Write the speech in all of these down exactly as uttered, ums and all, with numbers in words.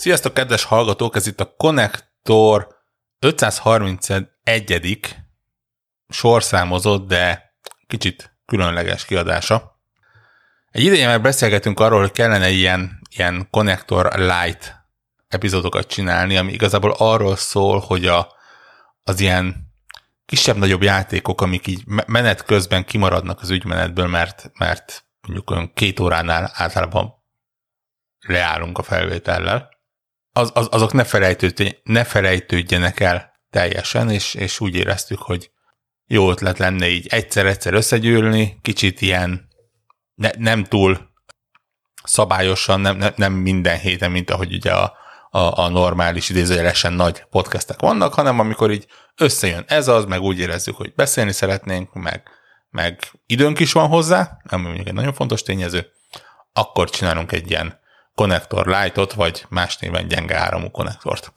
Sziasztok, kedves hallgatók! Ez itt a Konnektor ötszázharmincegyedik sorszámozott, de kicsit különleges kiadása. Egy ideje már beszélgetünk arról, hogy kellene ilyen, ilyen Konnektor Light epizódokat csinálni, ami igazából arról szól, hogy a, az ilyen kisebb-nagyobb játékok, amik így menet közben kimaradnak az ügymenetből, mert, mert mondjuk olyan két óránál általában leállunk a felvétellel, az, az, azok ne, felejtődj, ne felejtődjenek el teljesen, és, és úgy éreztük, hogy jó ötlet lenne így egyszer-egyszer összegyűlni, kicsit ilyen ne, nem túl szabályosan, nem, nem, nem minden héten, mint ahogy ugye a, a, a normális idézőjelesen nagy podcastek vannak, hanem amikor így összejön ez az, meg úgy érezzük, hogy beszélni szeretnénk, meg, meg időnk is van hozzá, ami mondjuk egy nagyon fontos tényező, akkor csinálunk egy ilyen Konnektor Light-ot, vagy más néven gyenge áramú konnektort.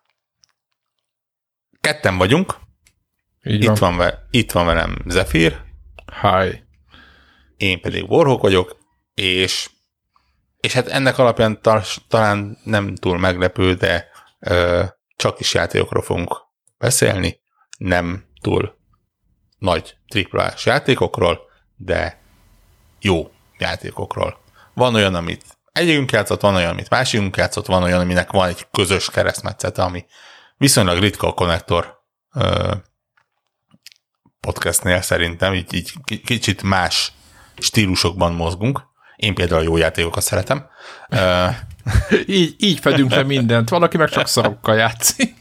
Ketten vagyunk. Így itt, van. van ve- itt van velem Zephyr. Hi. Én pedig Warhawk vagyok, és, és hát ennek alapján ta- talán nem túl meglepő, de ö, csak is játékokról fogunk beszélni, nem túl nagy triplás játékokról, de jó játékokról. Van olyan, amit egyikünk játszott, van olyan, amit másikunk játszott, van olyan, aminek van egy közös keresztmetszete, ami viszonylag ritka a Konnektor ö, podcastnél szerintem, így, így kicsit más stílusokban mozgunk. Én például a jó játékokat szeretem. Ö, így, így fedünk le mindent, valaki meg csak szarokkal játszik.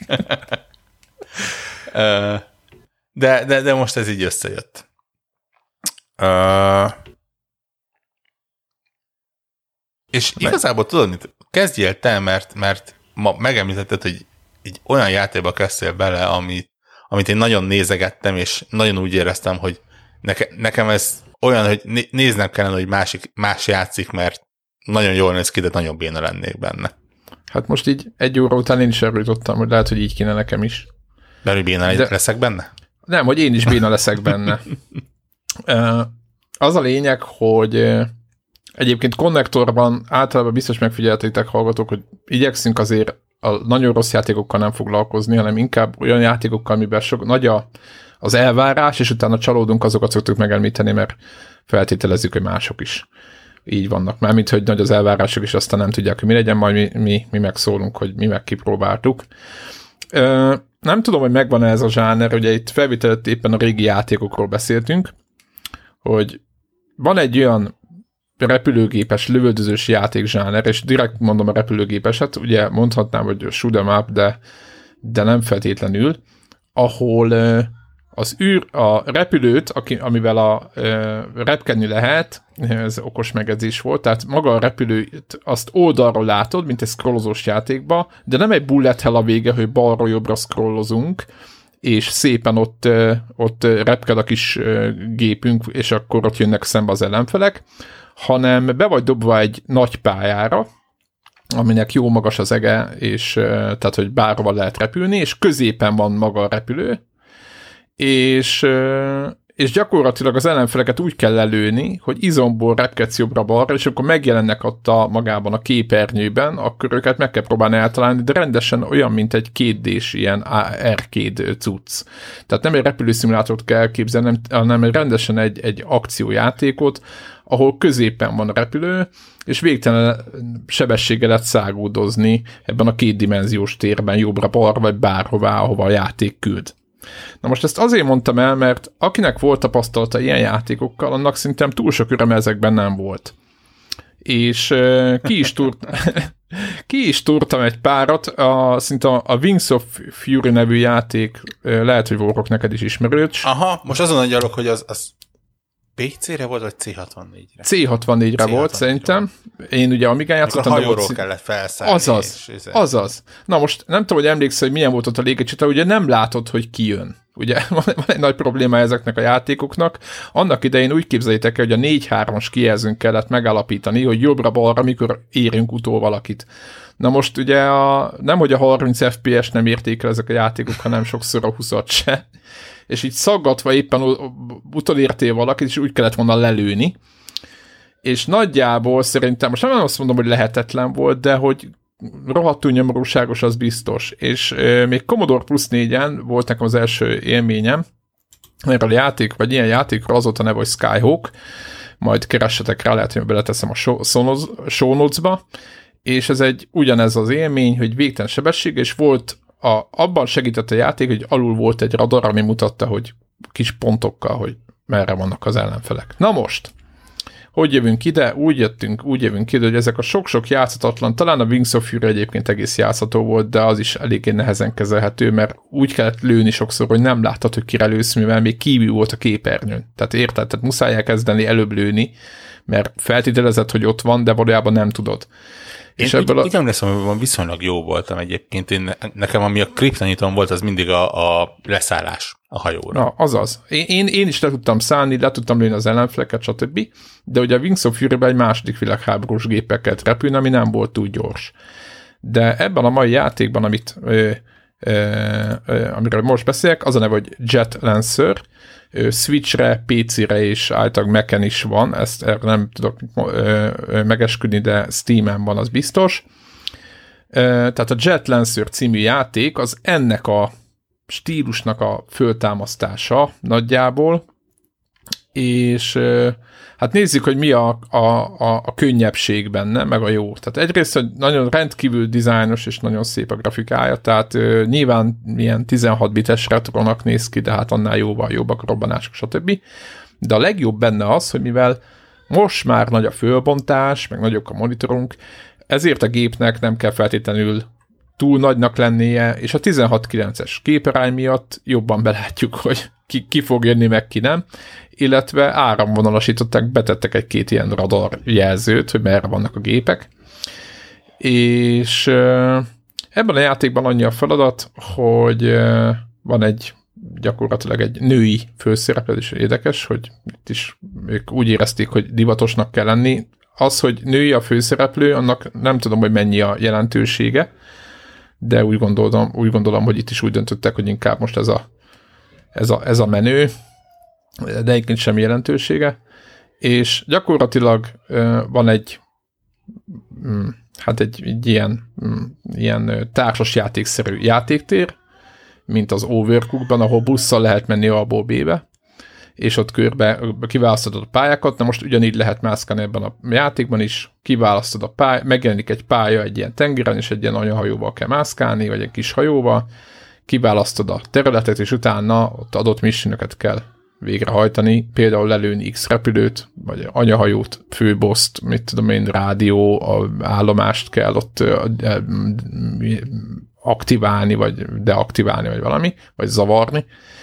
ö, de, de, de most ez így összejött. Ö, És igazából tudod, mit? Kezdjél te, mert, mert ma megemlítetted, hogy egy olyan játékba kezdtél bele, amit, amit én nagyon nézegettem, és nagyon úgy éreztem, hogy neke, nekem ez olyan, hogy néznem kellene, hogy másik, más játszik, mert nagyon jól néz ki, de nagyon béna lennék benne. Hát most így egy óra után én is erről jutottam, hogy lehet, hogy így kéne nekem is. De hogy béna de... leszek benne? Nem, hogy én is béna leszek benne. Az a lényeg, hogy egyébként Konnektorban általában biztos megfigyeltétek, hallgatók, hogy igyekszünk azért a nagyon rossz játékokkal nem foglalkozni, hanem inkább olyan játékokkal, amiben sok, nagy a, az elvárás, és utána csalódunk, azokat szoktuk megemlíteni, mert feltételezzük, hogy mások is így vannak. Mármint, hogy nagy az elvárások, és aztán nem tudják, hogy mi legyen, majd mi, mi, mi megszólunk, hogy mi meg kipróbáltuk. Ö, nem tudom, hogy megvan-e ez a zsáner, ugye itt felvételett éppen a régi játékokról beszéltünk, hogy van egy olyan repülőgépes, lövöldözős játékzsáner, és direkt mondom a repülőgépeset, ugye mondhatnám, hogy shoot 'em up, de, de nem feltétlenül, ahol az űr, a repülőt, aki, amivel a repkedni lehet, ez okos megjegyzés volt, tehát maga a repülőt azt oldalról látod, mint egy scrollozós játékba, de nem egy bullet hell a vége, hogy balról jobbra scrollozunk, és szépen ott, ott repked a kis gépünk, és akkor ott jönnek szembe az ellenfelek, hanem be vagy dobva egy nagy pályára, aminek jó magas az ege, és tehát, hogy bárhova lehet repülni, és középen van maga a repülő, és, és gyakorlatilag az ellenfeleket úgy kell lelőni, hogy izomból repkedsz jobbra-balra, és akkor megjelennek ott a, magában a képernyőben, akkor őket meg kell próbálni eltalálni, de rendesen olyan, mint egy kétdés ilyen arcade cucc. Tehát nem egy repülőszimulátort kell elképzelni, hanem rendesen egy, egy akciójátékot, ahol középen van a repülő, és végtelen sebességgel lehet szágúdozni ebben a kétdimenziós térben, jobbra-balra, vagy bárhová, ahova a játék küld. Na most ezt azért mondtam el, mert akinek volt tapasztalata ilyen játékokkal, annak szerintem túl sok öröm ezekben nem volt. És uh, ki, is túrt, ki is túrtam egy párat, a, szinte a Wings of Fury nevű játék, uh, lehet, hogy Warhawk neked is ismerős. Aha, most azon agyalok, hogy az, az pé cére volt, vagy cé hatvannégyre? cé hatvannégyre volt, szerintem. Én ugye Amigán játszottam. Akkor hajóról kellett felszállni. Azaz, és azaz. Na most nem tudom, hogy emlékszel, hogy milyen volt ott a légicsata, ugye nem látod, hogy ki jön. Ugye van egy nagy probléma ezeknek a játékoknak. Annak idején úgy képzeljétek el, hogy a négy hármas kijelzőn kellett megállapítani, hogy jobbra-balra, mikor érünk utol valakit. Na most ugye a, nem, hogy a harminc ef pé es nem érték el ezek a játékok, hanem sokszor a huszat se. És így szaggatva éppen utolértél valakit, és úgy kellett volna lelőni. És nagyjából szerintem, most nem azt mondom, hogy lehetetlen volt, de hogy rohadtul nyomorúságos, az biztos. És euh, még Commodore Plus négyen volt nekem az első élményem, erről a játék, vagy ilyen játékra az volt a neve, hogy Skyhawk, majd keressetek rá, lehet, hogy beleteszem a show notes-ba, és ez egy ugyanez az élmény, hogy végtelen sebesség, és volt a, abban segített a játék, hogy alul volt egy radar, ami mutatta, hogy kis pontokkal, hogy merre vannak az ellenfelek. Na most, hogy jövünk ide? Úgy jöttünk, úgy jövünk ide, hogy ezek a sok-sok játszatatlan, talán a Wings of Fury egyébként egész játszható volt, de az is eléggé nehezen kezelhető, mert úgy kellett lőni sokszor, hogy nem láttad, hogy kire lősz, mivel még kívül volt a képernyőn. Tehát érted? Tehát muszáj elkezdeni előbb lőni, mert feltételezed, hogy ott van, de valójában nem tudod. Én és ebből úgy, a... úgy emlékszem, hogy viszonylag jó voltam egyébként. Én, nekem ami a kriptoniton volt, az mindig a, a leszállás a hajóra. Na, azaz. Én, én, én is le tudtam szállni, le tudtam lőni az ellenfeleket, stb. De ugye a Wings of Fury-ben egy második világháborús gépeket repülni, ami nem volt túl gyors. De ebben a mai játékban, amit ö, ö, ö, amiről most beszélek, az a neve, hogy Jet Lancer, Switchre, pé cére és általában Mac-en is van, ezt erre nem tudok megesküdni, de Steam-en van, az biztos. Tehát a Jet Lancer című játék az ennek a stílusnak a föltámasztása nagyjából, és hát nézzük, hogy mi a, a, a, a könnyebbség benne, meg a jó. Tehát egyrészt, hogy nagyon rendkívül dizájnos és nagyon szép a grafikája, tehát uh, nyilván ilyen tizenhat bites retronak néz ki, de hát annál jóval jobbak a robbanások, stb. De a legjobb benne az, hogy mivel most már nagy a fölbontás, meg nagyok a monitorunk, ezért a gépnek nem kell feltétlenül túl nagynak lennie, és a tizenhat kilences képarány miatt jobban belátjuk, hogy ki, ki fog jönni, meg ki nem, illetve áramvonalasították, betettek egy-két ilyen radar jelzőt, hogy merre vannak a gépek, és ebben a játékban annyi a feladat, hogy van egy gyakorlatilag egy női főszereplő, is érdekes, hogy itt is ők úgy érezték, hogy divatosnak kell lenni. Az, hogy női a főszereplő, annak nem tudom, hogy mennyi a jelentősége, de úgy gondolom, úgy gondolom, hogy itt is úgy döntöttek, hogy inkább most ez a, ez a, ez a menő, de egyébként semmi jelentősége, és gyakorlatilag van egy hát egy, egy ilyen, ilyen társasjátékszerű játéktér, mint az Overcookban, ahol busszal lehet menni A-ból B-be, és ott körbe kiválasztod a pályákat, na most ugyanígy lehet mászkálni ebben a játékban is, kiválasztod a pályát, megjelenik egy pálya egy ilyen tengeren, és egy ilyen anyahajóval kell mászkálni, vagy egy kis hajóval, kiválasztod a területet, és utána ott adott missionöket kell végrehajtani, például lelőni X repülőt, vagy anyahajót, főboszt, mit tudom én, rádió, állomást kell ott aktiválni, vagy deaktiválni, vagy valami, vagy zavarni.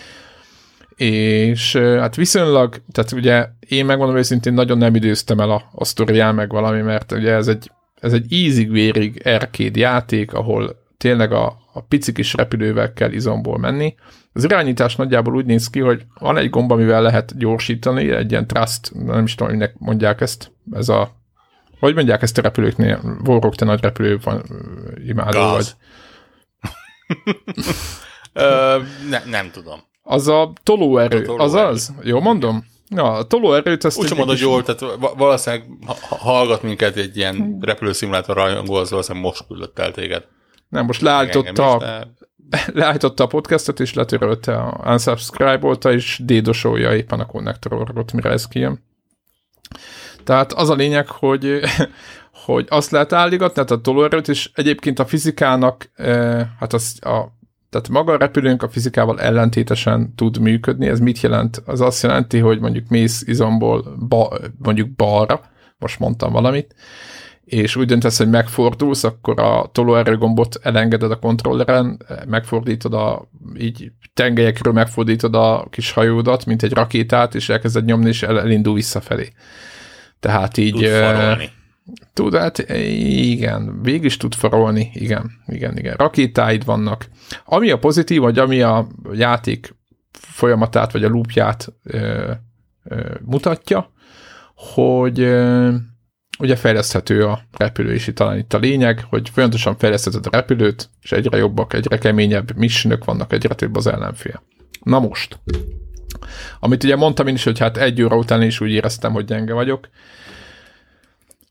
És hát viszonylag, tehát ugye én megmondom őszintén, nagyon nem időztem el a, a sztorián meg valami, mert ugye ez egy, ez egy ízig-vérig arcade játék, ahol tényleg a, a pici kis repülővel kell izomból menni. Az irányítás nagyjából úgy néz ki, hogy van egy gomb, amivel lehet gyorsítani, egy ilyen thrust, nem is tudom, minek mondják ezt, ez a, hogy mondják ezt a repülőknél, Vorog, te nagy repülő van, imádó Gáz. vagy. Ö, ne, nem tudom. Az a tolóerő, toló az az? Jó mondom? Ja, a tolóerőt ezt... Úgy sem mondod jól, tehát valószínűleg ha hallgat minket egy ilyen repülőszimulátor rajongó, az valószínűleg most küldött el téged. Nem, most leállította, de... leállította a podcastot, és letörölte, a unsubscribe-olta, és dédosolja éppen a konnektororgot, mire ez kijön. Tehát az a lényeg, hogy, hogy azt lehet állítani, tehát a tolóerőt, és egyébként a fizikának, hát az a tehát maga a repülőnk a fizikával ellentétesen tud működni. Ez mit jelent? Az azt jelenti, hogy mondjuk mész izomból ba, mondjuk balra, most mondtam valamit, és úgy döntesz, hogy megfordulsz, akkor a tolóerőgombot elengeded a kontrolleren, megfordítod a, így tengelyekről megfordítod a kis hajódat, mint egy rakétát, és elkezded nyomni, és elindul visszafelé. Tehát így... Tud farolni. Tud, hát igen, végig is tud farolni, igen, igen, igen. Rakétáid vannak. Ami a pozitív, vagy ami a játék folyamatát, vagy a loopját ö, ö, mutatja, hogy ö, ugye fejleszthető a repülő, és itt talán itt a lényeg, hogy folyamatosan fejlesztheted a repülőt, és egyre jobbak, egyre keményebb missionök vannak, egyre több az ellenfél. Na most, amit ugye mondtam én is, hogy hát egy óra után is úgy éreztem, hogy gyenge vagyok.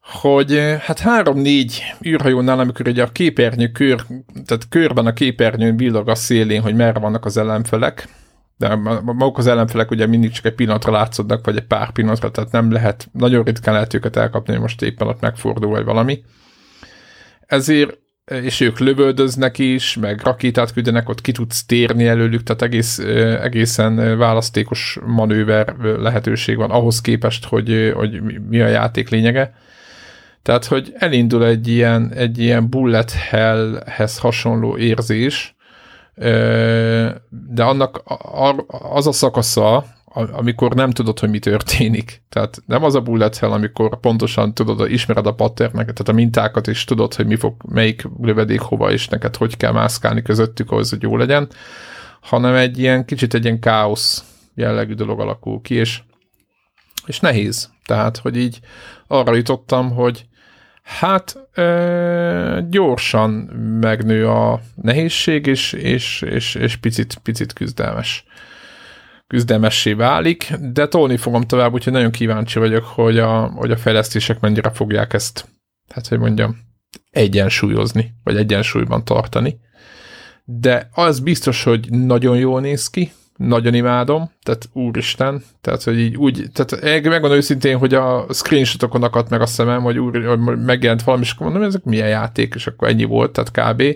hogy hát három-négy űrhajónál, amikor ugye a képernyő kör, tehát körben a képernyőn villog a szélén, hogy merre vannak az ellenfelek, de maguk az ellenfelek ugye mindig csak egy pillanatra látszódnak, vagy egy pár pillanatra, tehát nem lehet, nagyon ritkán lehet őket elkapni, hogy most éppen ott megfordul, vagy valami. Ezért, és ők lövöldöznek is, meg rakétát küldenek, ott ki tudsz térni előlük, tehát egész, egészen választékos manőver lehetőség van ahhoz képest, hogy, hogy mi a játék lényege. Tehát, hogy elindul egy ilyen, egy ilyen bullet hellhez hasonló érzés, de annak az a szakasza, amikor nem tudod, hogy mi történik. Tehát nem az a bullet hell, amikor pontosan tudod, ismered a patterneket, tehát a mintákat, és tudod, hogy mi fog, melyik lövedék hova, és neked hogy kell mászkálni közöttük ahhoz, hogy jó legyen, hanem egy ilyen kicsit egy ilyen káosz jellegű dolog alakul ki, és, és nehéz. Tehát, hogy így arra jutottam, hogy hát ö, gyorsan megnő a nehézség, és, és, és, és picit, picit küzdelmes. küzdelmessé válik, de tolni fogom tovább, úgyhogy nagyon kíváncsi vagyok, hogy a, hogy a fejlesztések mennyire fogják ezt, hát hogy mondjam, egyensúlyozni, vagy egyensúlyban tartani. De az biztos, hogy nagyon jól néz ki, nagyon imádom, tehát úristen, tehát hogy így úgy, tehát megmondom őszintén, hogy a screenshotokon akadt meg a szemem, hogy, úr, hogy megjelent valami, és akkor mondom, ezek milyen játék, és akkor ennyi volt, tehát kb.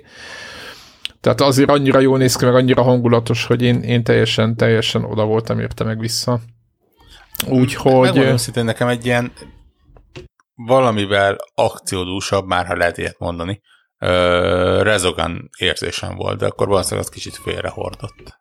Tehát azért annyira jól néz ki, meg annyira hangulatos, hogy én, én teljesen, teljesen oda voltam érte meg vissza. Úgyhogy... Megmondom szintén nekem egy ilyen valamivel akciódúsabb, már ha lehet ilyet mondani, uh, Resogun érzésem volt, de akkor valószínűleg az kicsit félrehordott.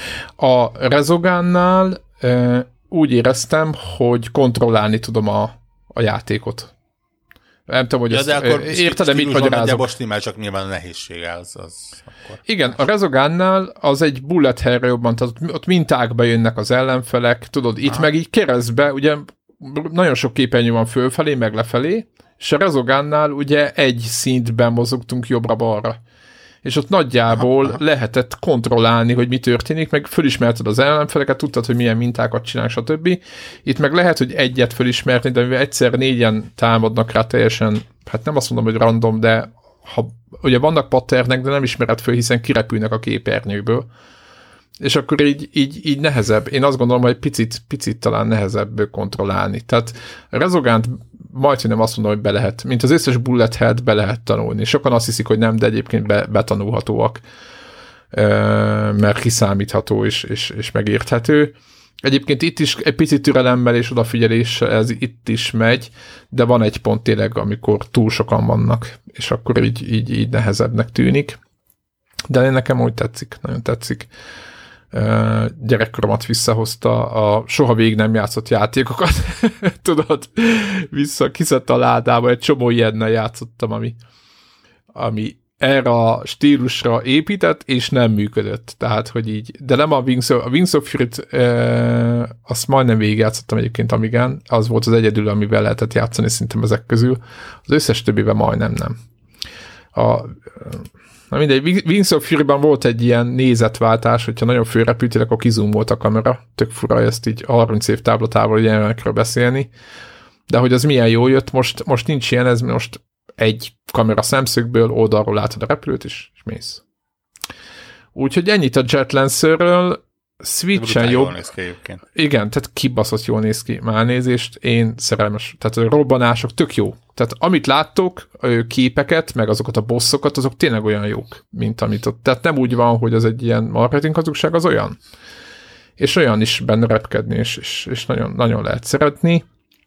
A Resogunnál uh, úgy éreztem, hogy kontrollálni tudom a, a játékot. Nem tudom, hogy ja, ezt érted, mit magyarázok. Most már csak nyilván a nehézsége az, az akkor... Igen, a Resogunnál az egy bullet hellre jobban, tehát ott mintákba jönnek az ellenfelek, tudod, itt Aha. meg így keresztbe, ugye nagyon sok képernyő van fölfelé, meg lefelé, és a Resogunnál ugye egy szintben mozogtunk jobbra-balra. És ott nagyjából Aha. lehetett kontrollálni, hogy mi történik, meg fölismerted az ellenfeleket, tudtad, hogy milyen mintákat csinál, stb. Itt meg lehet, hogy egyet fölismerni, de mivel egyszer négyen támadnak rá teljesen, hát nem azt mondom, hogy random, de ha, ugye vannak patternek, de nem ismered föl, hiszen kirepülnek a képernyőből. És akkor így, így, így nehezebb. Én azt gondolom, hogy picit, picit talán nehezebb kontrollálni. Tehát Resogunt majdnem nem azt mondom, hogy be lehet, mint az összes bullet hellt be lehet tanulni. Sokan azt hiszik, hogy nem, de egyébként be, betanulhatóak, mert kiszámítható és, és, és megérthető. Egyébként itt is egy picit türelemmel és odafigyeléssel ez itt is megy, de van egy pont tényleg, amikor túl sokan vannak, és akkor így, így, így nehezebbnek tűnik. De nekem úgy tetszik, nagyon tetszik. Uh, gyerekkoromat visszahozta a soha végig nem játszott játékokat. Tudod, vissza kiszedte a ládába, egy csomó ilyennel játszottam, ami, ami erre a stílusra épített, és nem működött. Tehát, hogy így, de nem a Wings of, a Wings of Fury-t, uh, azt majdnem végig játszottam egyébként Amigán, az volt az egyedül, amivel lehetett játszani szerintem ezek közül. Az összes többiben majdnem nem. A Na mindegy, Wings of Fury-ban volt egy ilyen nézetváltás, hogyha nagyon fölrepültél, akkor kizoomolt a kamera. Tök fura, ezt így harminc év táblatával ilyenekről beszélni. De hogy az milyen jól jött, most, most nincs ilyen, ez most egy kamera szemszögből oldalról látod a repülőt, és, és mész. Úgyhogy ennyit a Jet Lancerről. Switchen jobb. Igen, tehát kibaszott jól néz ki. Már nézést, én szerelmes. Tehát a robbanások tök jó. Tehát amit láttok, képeket, meg azokat a bosszokat, azok tényleg olyan jók, mint amit ott. Tehát nem úgy van, hogy az egy ilyen marketing hazugság, az olyan. És olyan is benne repkedni, és, és, és nagyon, nagyon lehet szeretni.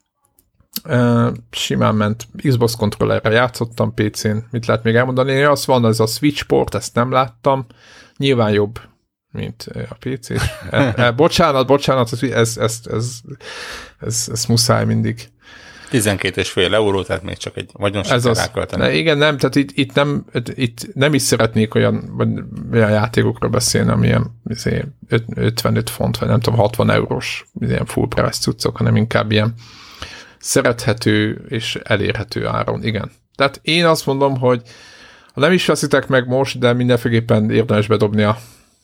Uh, simán ment. Xbox kontrollerre játszottam pé cén. Mit lehet még elmondani? Az van, ez a Switch port, ezt nem láttam. Nyilván jobb, mint a pé cé. E, e, bocsánat, bocsánat, ez, ez, ez, ez, ez, ez muszáj mindig. tizenkét és fél euró, tehát még csak egy vagyonsit kell rákölteni. Igen, nem, tehát itt, itt, nem, itt nem is szeretnék olyan, vagy olyan játékokról beszélni, amilyen ötvenöt font, vagy nem tudom, hatvan eurós ilyen full price cuccok, hanem inkább ilyen szerethető és elérhető áron. Igen. Tehát én azt mondom, hogy ha nem is veszitek meg most, de mindenféleképpen érdemes bedobni a,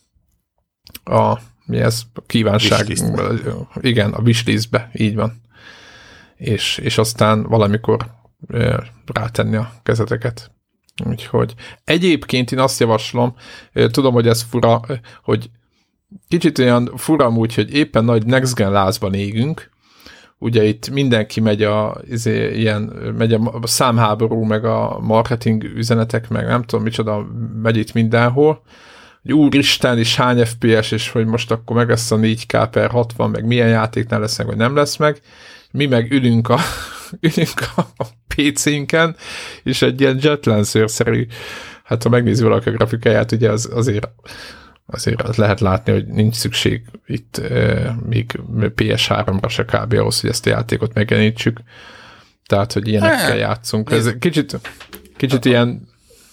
a mi ez? A kívánság. Igen, a wishlistbe, így van. És, és aztán valamikor rátenni a kezeteket. Úgyhogy egyébként én azt javaslom, tudom, hogy ez fura, hogy kicsit olyan fura úgy, hogy éppen nagy next gen lázban égünk, ugye itt mindenki megy a, izé, ilyen, megy a számháború, meg a marketing üzenetek, meg nem tudom micsoda, megy itt mindenhol, hogy úristen, és hány ef pé es, és hogy most akkor meg lesz a négy ká per hatvan, meg milyen játéknál lesz meg, vagy nem lesz meg. Mi meg ülünk a, ülünk a pé cénken, és egy ilyen Jetlancer-szerű, hát ha megnézi valaki a grafikáját, ugye az, azért azért lehet látni, hogy nincs szükség itt e, még pé es háromra se kb. Ahhoz, hogy ezt a játékot megjelenítsük. Tehát, hogy ilyenekkel játszunk. Ez kicsit, kicsit a, ilyen...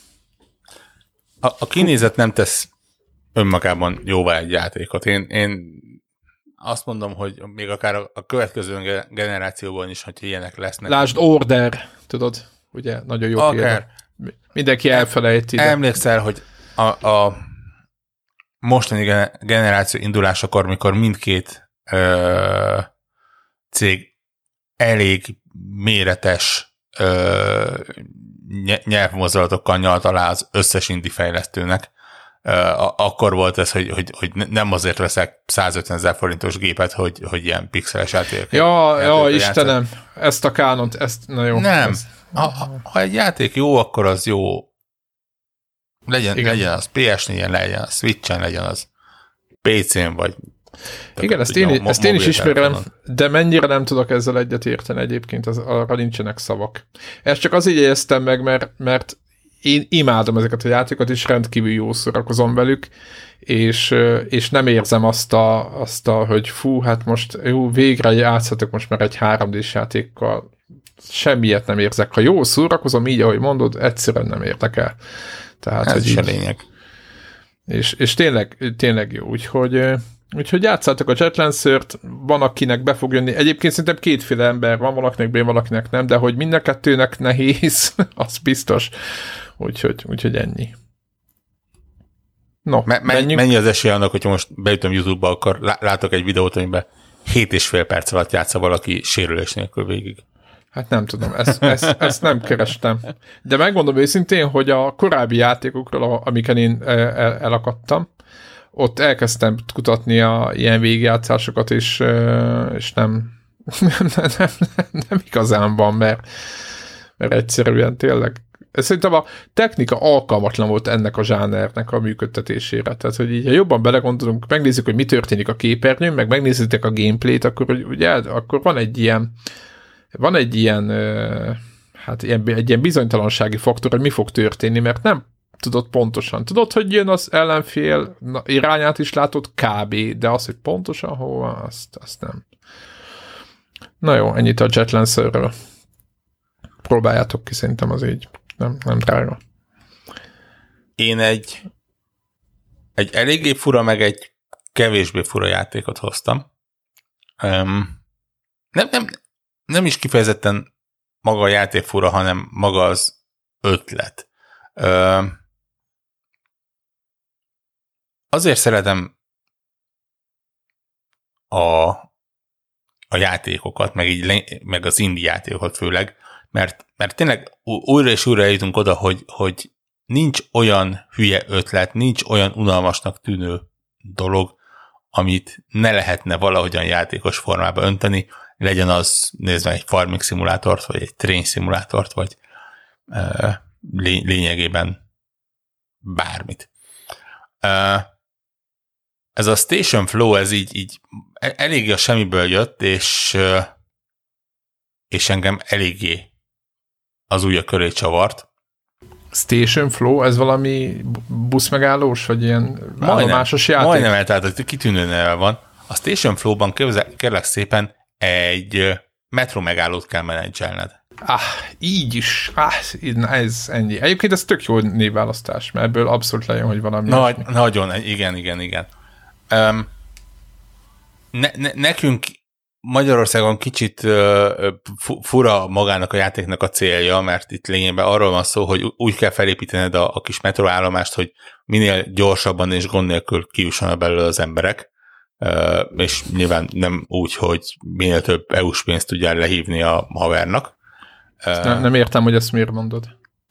A, a kinézet nem tesz önmagában jóvá egy játékot. Én, én azt mondom, hogy még akár a, a következő generációban is, hogy ilyenek lesznek. Lásd, Order, tudod? Ugye, nagyon jó példa. Mindenki elfelejti. Emlékszel, hogy a, a mostani generáció indulásakor, mikor mindkét ö, cég elég méretes ö, nyelvmozdulatokkal nyalt alá az összes indie fejlesztőnek, ö, akkor volt ez, hogy, hogy, hogy nem azért veszek százötvenezer forintos gépet, hogy, hogy ilyen pixeles játék. Ja, ja Istenem, ezt a kánont, ezt, na jó. Nem, ezt, ha, ha egy játék jó, akkor az jó. Legyen, legyen az pé es négyen, legyen az Switchen, legyen az pé cén, vagy... Igen, ezt én, mo- ezt én is ismerem, de mennyire nem tudok ezzel egyet érteni egyébként, az, arra nincsenek szavak. Ezt csak azért jegyeztem meg, mert, mert én imádom ezeket a játékokat, és rendkívül jó szórakozom velük, és, és nem érzem azt a, azt a, hogy fú, hát most jó, végre játszhatok most már egy három dés játékkal. Semmilyet nem érzek. Ha jó szórakozom, így, ahogy mondod, egyszerűen nem érdekel. Tehát, ez hogy is a így, lényeg. És, és tényleg, tényleg jó. Úgyhogy, úgyhogy játszátok a Jetlancert, van akinek be fog jönni. Egyébként szerintem kétféle ember van, valakinek B, valakinek nem, de hogy mind a kettőnek nehéz, az biztos. Úgyhogy, úgyhogy ennyi. No, Me- menjünk. Mennyi az esély annak, hogyha most beütöm YouTube-ba, akkor látok egy videót, amiben hét és fél perc alatt játsza valaki sérülés nélkül végig. Hát nem tudom, ezt, ezt, ezt nem kerestem. De megmondom őszintén, hogy a korábbi játékokról, amiken én el, elakadtam, ott elkezdtem kutatni a ilyen végigjátszásokat, és, és nem, nem, nem, nem, nem igazán van, mert, mert egyszerűen tényleg szerintem a technika alkalmatlan volt ennek a zsánernek a működtetésére. Tehát, hogy így, ha jobban belegondolunk, megnézzük, hogy mi történik a képernyőn, meg megnézzük a gameplayt, akkor, ugye, akkor van egy ilyen van egy ilyen, hát ilyen, egy ilyen bizonytalansági faktor, hogy mi fog történni, mert nem tudod pontosan. Tudod, hogy jön az ellenfél, na, irányát is látod kb, de az, hogy pontosan hova, azt, azt nem. Na jó, ennyit a Jetlancerről. Próbáljátok ki, szerintem az így nem, nem drága. Én egy egy eléggé fura, meg egy kevésbé fura játékot hoztam. Um, nem, nem, nem is kifejezetten maga a játék fura, hanem maga az ötlet. Uh, azért szeretem a, a játékokat, meg, így, meg az indie játékokat főleg, mert, mert tényleg újra és újra eljutunk oda, hogy, hogy nincs olyan hülye ötlet, nincs olyan unalmasnak tűnő dolog, amit ne lehetne valahogyan játékos formába önteni, legyen az, nézd meg, egy farming szimulátort, vagy egy train szimulátort, vagy uh, lény- lényegében bármit. Uh, ez a Station Flow, ez így, így eléggé a semmiből jött, és, uh, és engem eléggé az ujja köré csavart. Station Flow, ez valami buszmegállós, vagy ilyen állomásos játék? Majdnem, tehát kitűnő neve van. A Station Flow-ban kérlek szépen egy metro megállót kell menedzselned. Ah, így is. Ah, ez ennyi. Egyébként ez tök jó névválasztás, mert ebből abszolút lejön, hogy valami. Nagy, nagyon, igen, igen, igen. Um, ne, ne, nekünk Magyarországon kicsit uh, fura magának a játéknak a célja, mert itt lényegében arról van szó, hogy úgy kell felépítened a, a kis metroállomást, hogy minél gyorsabban és gond nélkül kijussanak belőle az emberek, uh, és nyilván nem úgy, hogy minél több é u-s pénzt tudjál lehívni a havernak. Nem, nem értem, hogy ezt miért mondod.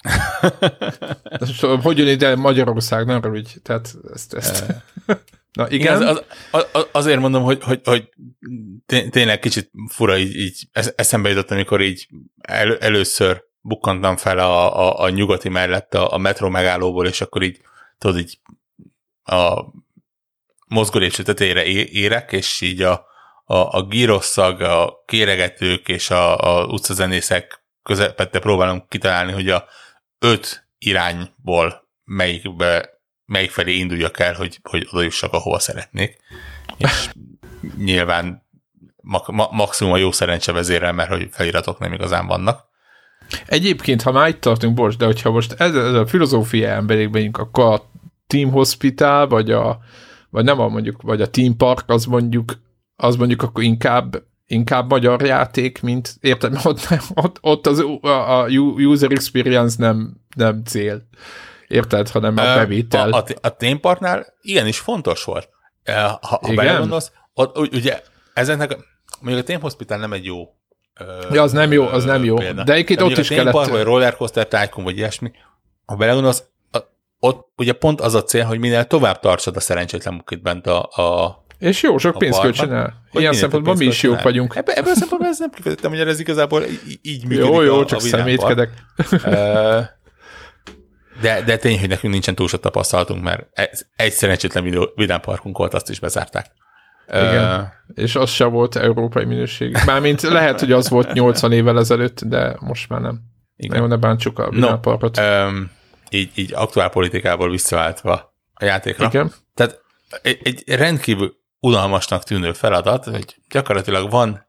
Hogy jön ide Magyarország, nem rövidj. Tehát ezt... ezt. Na, igen. igen az, az, az, azért mondom, hogy, hogy, hogy tényleg kicsit fura így, így eszembe jutott, amikor így el, először bukkantam fel a, a, a nyugati mellett a, a metró megállóból, és akkor így, tudod, így a mozgólépcső tetejére érek, és így a, a, a gyroszszag, a kéregetők és a, a utcazenészek közepette próbálom kitalálni, hogy a öt irányból melyikbe, melyik felé induljak el, hogy, hogy oda jussak, ahova szeretnék. És nyilván ma, ma, maximum a jó szerencse vezérel, mert hogy feliratok nem igazán vannak. Egyébként, ha már itt tartunk, bocs, de hogyha most ez, ez a filozófia emberékben megyünk, akkor a Team Hospital, vagy a vagy nem a mondjuk, vagy a Team Park, az mondjuk, az mondjuk akkor inkább, inkább magyar játék, mint érted, ott, ott, ott az a user experience nem, nem cél. Érted, hanem a bevétel. A, a, a Team Parknál igenis fontos volt. Ha, ha belegondolsz, ott ugye ezeknek, mondjuk a Team Hospital nem egy jó ja, az nem jó, az nem jó. Példa. De egyébként ott is kellett... A Team Park, vagy Rollercoaster Tycoon, vagy ilyesmi, ha belegondolsz, ott ugye pont az a cél, hogy minél tovább tartsad a szerencsétlen mukit bent a, a és jó, sok pénzt kölcsönel. Ilyen szempontból mi is jók vagyunk. Ebben, ebben a szempontból ez nem kifejezettem, hogy ez igazából így, így működik. Jó, jó, a, csak a szemétkedek. De, de tény, hogy nekünk nincsen túl sok tapasztalatunk, mert ez egy szerencsétlen vidámparkunk volt, azt is bezárták. Igen, uh, és az sem volt európai minőségű. Mármint lehet, hogy az volt nyolcvan évvel ezelőtt, de most már nem. Igen. Jó, ne bántsuk a vidámparkot. No, um, így, így aktuál politikából visszaváltva a játékra. Igen. Tehát egy, egy rendkívül unalmasnak tűnő feladat, hogy gyakorlatilag van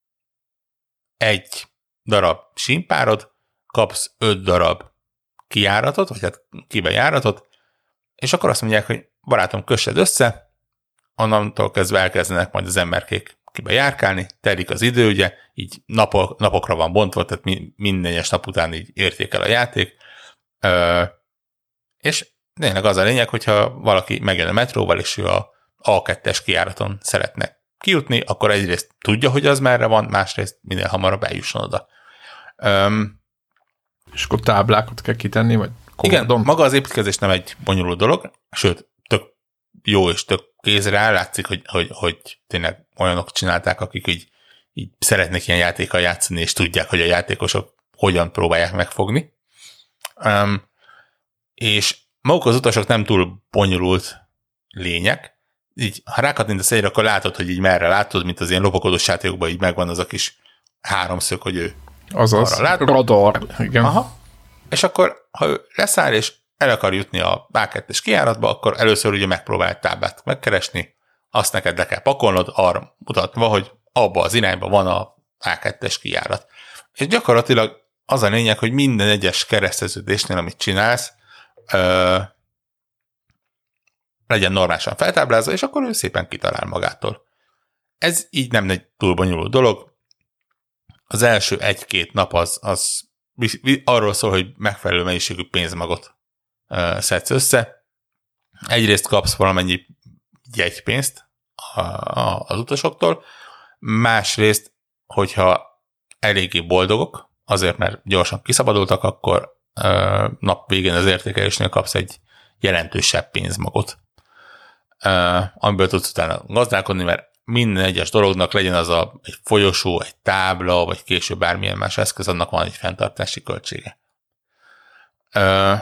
egy darab sínpárod, kapsz öt darab kijáratot, vagy hát kibejáratot, és akkor azt mondják, hogy barátom, kössed össze, onnantól kezdve elkezdenek majd az emberkék kibe járkálni, telik az idő, ugye, így napok, napokra van bontva, tehát minden egyes nap után így értékel a játék, Ö, és tényleg az a lényeg, hogyha valaki megjön a metróval, és ő a á kettes kijáraton szeretne kijutni, akkor egyrészt tudja, hogy az merre van, másrészt minél hamarabb eljusson oda. Öm, és akkor táblákat kell kitenni, vagy igen, maga az építkezés nem egy bonyolult dolog, sőt, tök jó és tök kézre áll, látszik, hogy, hogy, hogy tényleg olyanok csinálták, akik így, így szeretnek ilyen játékkal játszani, és tudják, hogy a játékosok hogyan próbálják megfogni. Um, és maguk az utasok nem túl bonyolult lények. Így, ha rákattintasz egyre, akkor látod, hogy így merre látod, mint az ilyen lopakodós játékokban így megvan az a kis háromszög, hogy ő azaz, radar. Igen. Aha. És akkor, ha ő leszáll, és el akar jutni a á kettes kijáratba, akkor először ugye megpróbál egy táblát megkeresni, azt neked le kell pakolnod, arra mutatva, hogy abba az irányba van a á kettes kijárat. És gyakorlatilag az a lényeg, hogy minden egyes kereszteződésnél, amit csinálsz, ö, legyen normálisan feltáblázva, és akkor ő szépen kitalál magától. Ez így nem egy túl bonyolult dolog. Az első egy-két nap az, az arról szól, hogy megfelelő mennyiségű pénzmagot ö, szedsz össze. Egyrészt kapsz valamennyi jegypénzt a, a, az utasoktól, másrészt, hogyha eléggé boldogok, azért, mert gyorsan kiszabadultak, akkor ö, nap végén az értékelésnél kapsz egy jelentősebb pénzmagot, ö, amiből tudsz utána gazdálkodni, mert minden egyes dolognak legyen az a, egy folyosó, egy tábla, vagy később bármilyen más eszköz, annak van egy fenntartási költsége. Ö,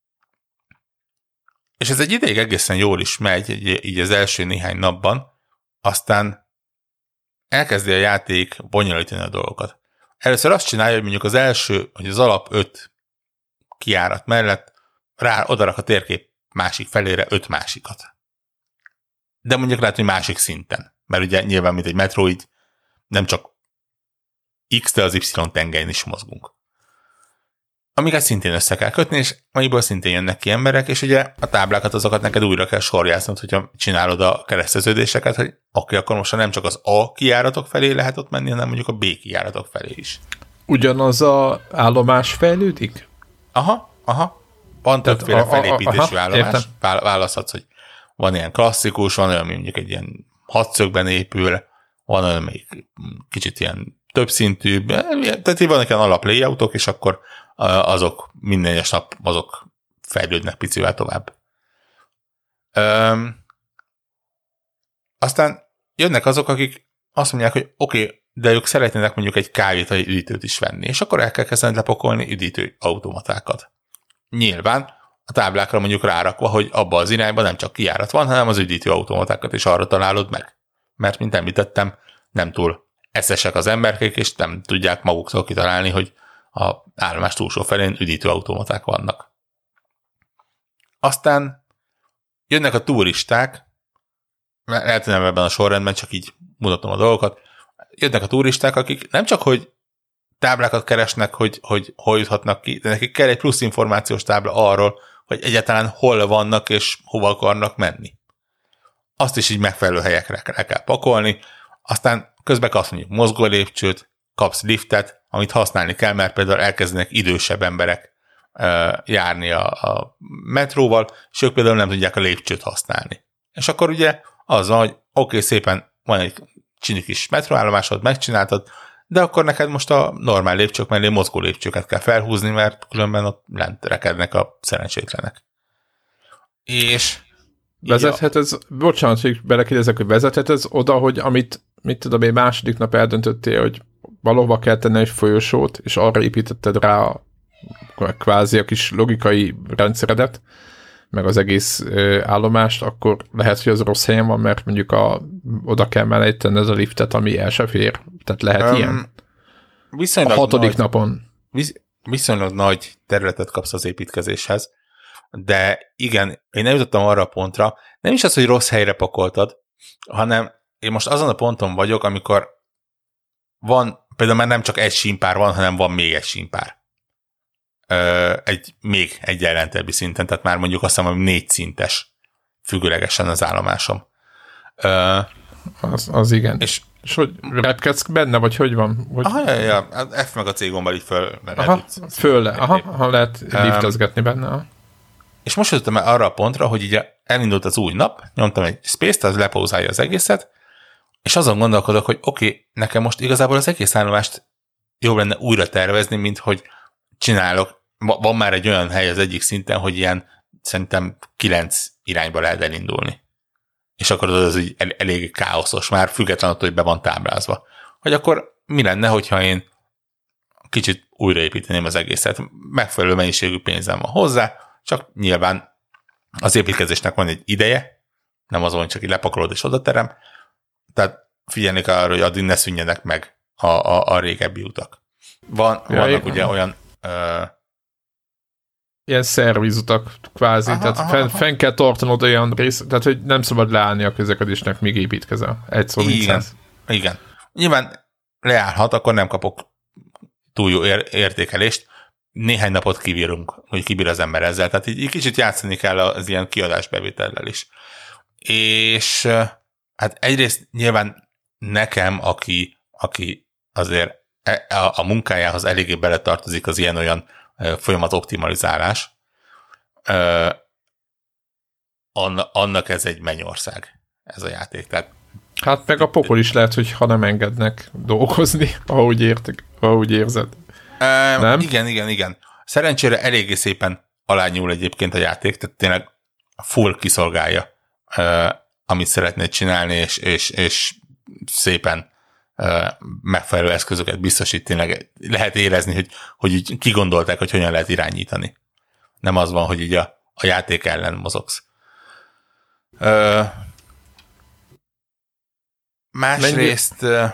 és ez egy ideig egészen jól is megy, így az első néhány napban, aztán elkezdi a játék bonyolítani a dolgokat. Először azt csinálja, hogy mondjuk az első, hogy az alap öt kijárat mellett rá odarak a térkép másik felére öt másikat. De mondjuk lehet, hogy másik szinten. Mert ugye nyilván, mint egy metró, így nem csak X, de az Y tengelyen is mozgunk. Amiket szintén össze kell kötni, és amiből szintén jönnek ki emberek, és ugye a táblákat, azokat neked újra kell sorjáznod, hogyha csinálod a kereszteződéseket, hogy oké, okay, akkor most nem csak az A kijáratok felé lehet ott menni, hanem mondjuk a B kijáratok felé is. Ugyanaz a állomás fejlődik? Aha, aha. Van többféle felépítésű állomás. Értem. Választhatsz, hogy van ilyen klasszikus, van olyan, mondjuk egy ilyen hatszögben épül, van olyan, amelyik kicsit ilyen többszintű, tehát vannak olyan alap layoutok, és akkor azok minden egyes nap azok fejlődnek picivel tovább. Öm, aztán jönnek azok, akik azt mondják, hogy oké, okay, de ők szeretnének mondjuk egy kávét vagy egy üdítőt is venni, és akkor el kell kezdeni lepakolni üdítő automatákat. Nyilván a táblákra mondjuk rárakva, hogy abba az irányba nem csak kijárat van, hanem az üdítő automatákat is arra találod meg. Mert, mint említettem, nem túl eszesek az emberkék, és nem tudják maguktól kitalálni, hogy a állomás túlsó felén üdítő automaták vannak. Aztán jönnek a turisták, lehet, hogy nem ebben a sorrendben, csak így mutatom a dolgokat, jönnek a turisták, akik nem csak, hogy táblákat keresnek, hogy, hogy hol juthatnak ki, de nekik kell egy plusz információs tábla arról, hogy egyáltalán hol vannak és hova akarnak menni. Azt is így megfelelő helyekre le kell pakolni, aztán közben kapsz mondjuk mozgó lépcsőt, kapsz liftet, amit használni kell, mert például elkezdenek idősebb emberek uh, járni a, a metróval, és ők például nem tudják a lépcsőt használni. És akkor ugye az van, hogy oké, okay, szépen van egy csini kis metróállomásod, megcsináltad, de akkor neked most a normál lépcsők mellé mozgó lépcsőket kell felhúzni, mert különben ott lent rekednek a szerencsétlenek. És vezethet ez, bocsánat, hogy belekérdezek, hogy vezethet ez oda, hogy amit, mit tudom én, második nap eldöntöttél, hogy valahova kell tenni egy folyosót, és arra építetted rá a, kvázi a kis logikai rendszeredet, meg az egész ö, állomást, akkor lehet, hogy az rossz helyen van, mert mondjuk a, oda kell mellé tenned a liftet, ami el se fér. Tehát lehet um, ilyen? A hatodik nagy, napon. Visz, viszonylag nagy területet kapsz az építkezéshez, de igen, én nem jutottam arra a pontra, nem is az, hogy rossz helyre pakoltad, hanem én most azon a ponton vagyok, amikor van, például már nem csak egy sínpár van, hanem van még egy sínpár. Egy, még egy ellentebbi szinten, tehát már mondjuk azt hiszem, hogy négy szintes függőlegesen az állomásom. Az, az igen. És, és hogy repkedsz benne, vagy hogy van? Hogy... Aha, ja, ja, az F meg a C gombbal így föl. Aha, föl le, aha, aha, lehet liftezgetni benne. Aha. És most jutottam el arra a pontra, hogy így elindult az új nap, nyomtam egy space-t, az lepauzálja az egészet, és azon gondolkodok, hogy oké, okay, nekem most igazából az egész állomást jobb lenne újra tervezni, mint hogy csinálok. Van már egy olyan hely az egyik szinten, hogy ilyen szerintem kilenc irányba lehet elindulni. És akkor az, az így el, elég káoszos, már független attól, hogy be van táblázva. Hogy akkor mi lenne, hogyha én kicsit újraépíteném az egészet. Megfelelő mennyiségű pénzem van hozzá, csak nyilván az építkezésnek van egy ideje, nem az, hogy csak így lepakolod és odaterem, tehát figyelni kell arra, hogy addig ne szűnjenek meg a, a, a régebbi utak. Van, ja, vannak ugye olyan ö, ilyen szervizutak kvázi, aha, tehát aha, fenn, fenn kell tartanod olyan rész, tehát hogy nem szabad leállni a közlekedésnek, míg építkezel. Egy szó igen, igen. Nyilván leállhat, akkor nem kapok túl jó ér- értékelést. Néhány napot kibírunk, hogy kibír az ember ezzel. Tehát így, így kicsit játszani kell az ilyen kiadásbevétellel is. És hát egyrészt nyilván nekem, aki, aki azért a, a munkájához eléggé beletartozik az ilyen-olyan folyamat optimalizálás, annak ez egy mennyország, ez a játék. Tehát, hát meg a pokol is lehet, hogy ha nem engednek dolgozni, ahogy, értek, ahogy érzed. Uh, nem? Igen, igen, igen. Szerencsére eléggé szépen alányúl egyébként a játék, tehát tényleg full kiszolgálja, uh, amit szeretnéd csinálni, és, és, és szépen uh, megfelelő eszközöket biztosít, tényleg lehet érezni, hogy, hogy így kigondolták, hogy hogyan lehet irányítani. Nem az van, hogy így a, a játék ellen mozogsz. Uh, másrészt uh,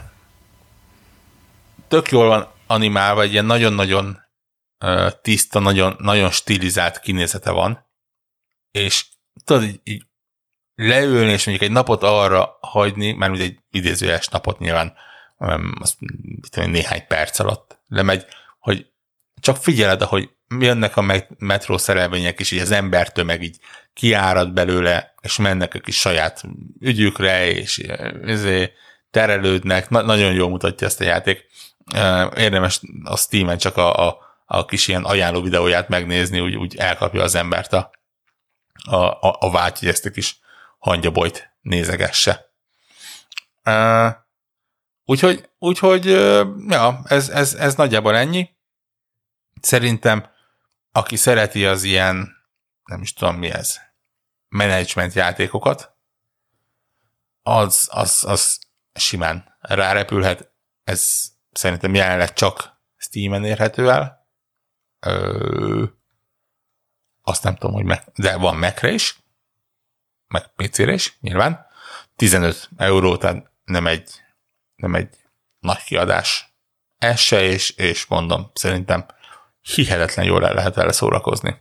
tök jól van animálva, egy ilyen nagyon-nagyon uh, tiszta, nagyon, nagyon stilizált kinézete van, és tudod, így, így leülni, és mondjuk egy napot arra hagyni, mert egy idézőjeles napot nyilván um, azt, tudom, néhány perc alatt lemegy, hogy csak figyeled, ahogy jönnek a metró szerelvények, és így az embertömeg így kiárad belőle, és mennek a kis saját ügyükre, és ezért terelődnek. Na, nagyon jól mutatja ezt a játék. Érdemes a Steamen csak a, a, a kis ilyen ajánló videóját megnézni, úgy, úgy elkapja az embert a, a, a, a vágy, hogy ezt a kis hangyabolyt nézegesse. Úgyhogy, úgyhogy ja, ez, ez, ez nagyjából ennyi. Szerintem, aki szereti az ilyen, nem is tudom mi ez, management játékokat, az, az, az simán rárepülhet. Ez szerintem jelenleg csak Steamen érhető el. Ö, azt nem tudom, hogy meg, de van Mac-re is, meg pé cére is, nyilván. tizenöt euró, tehát nem egy, nem egy nagy kiadás. Ez se, és, és mondom, szerintem hihetetlen jól el lehet vele szórakozni.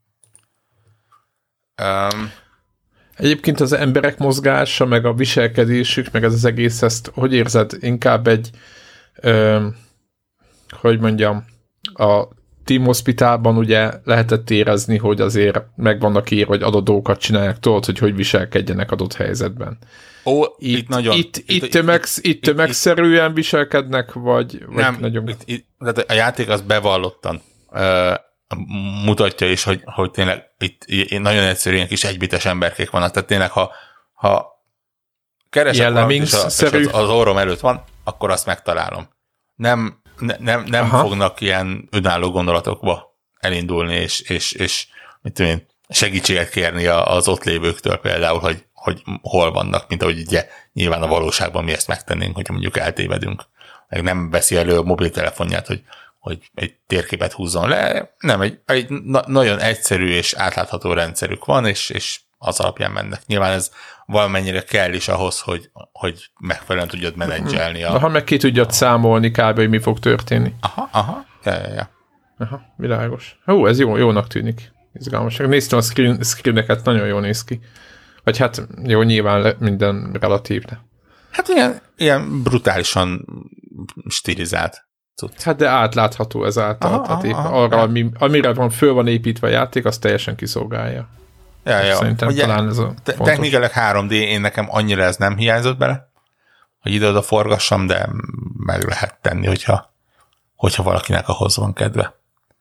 Um, Egyébként az emberek mozgása, meg a viselkedésük, meg ez az egész, ezt hogy érzed? Inkább egy, ö, hogy mondjam, a Team Hospitalban ugye lehetett érezni, hogy azért meg vannak írva, hogy adott dolgokat csinálják, tudod, hogy hogy viselkedjenek adott helyzetben. Ó, itt, itt nagyon... Itt, itt, itt, tömeg, itt, itt tömegszerűen itt, viselkednek, vagy, vagy nem, nagyon... Itt, itt, a játék az bevallottan uh, mutatja is, hogy, hogy tényleg itt, itt nagyon egyszerű ilyen kis egybites emberkék vannak, tehát tényleg, ha, ha keresek valamit, és, a, és az, az orrom előtt van, akkor azt megtalálom. Nem, ne, nem, nem fognak ilyen önálló gondolatokba elindulni, és, és, és mit tudom én, segítséget kérni az ott lévőktől például, hogy, hogy hol vannak, mint ahogy ugye nyilván a valóságban mi ezt megtennénk, hogyha mondjuk eltévedünk. Meg nem veszi elő a mobiltelefonját, hogy hogy egy térképet húzzon le. Nem, egy, egy na- nagyon egyszerű és átlátható rendszerük van, és, és az alapján mennek. Nyilván ez valamennyire kell is ahhoz, hogy, hogy megfelelően tudjad menedzselni. A... Ha meg ki tudjad számolni kb. Hogy mi fog történni. Aha, aha, ja, ja, ja. Aha, világos. Hú, ez jó, jónak tűnik. Izgalmas. Néztem a screen, screeneket, nagyon jól néz ki. Vagy hát jó, nyilván le, minden relatív, de. Hát ilyen, ilyen brutálisan stilizált. Cucc. Hát de átlátható ez által. Aha, tehát épp aha, arra, aha. ami, amire van, föl van építve a játék, az teljesen kiszolgálja. Ja, ja. Szerintem ugye, talán ez a te- technikailag három dé, én nekem annyira ez nem hiányzott bele, hogy ide-oda forgassam, de meg lehet tenni, hogyha, hogyha valakinek ahhoz van kedve.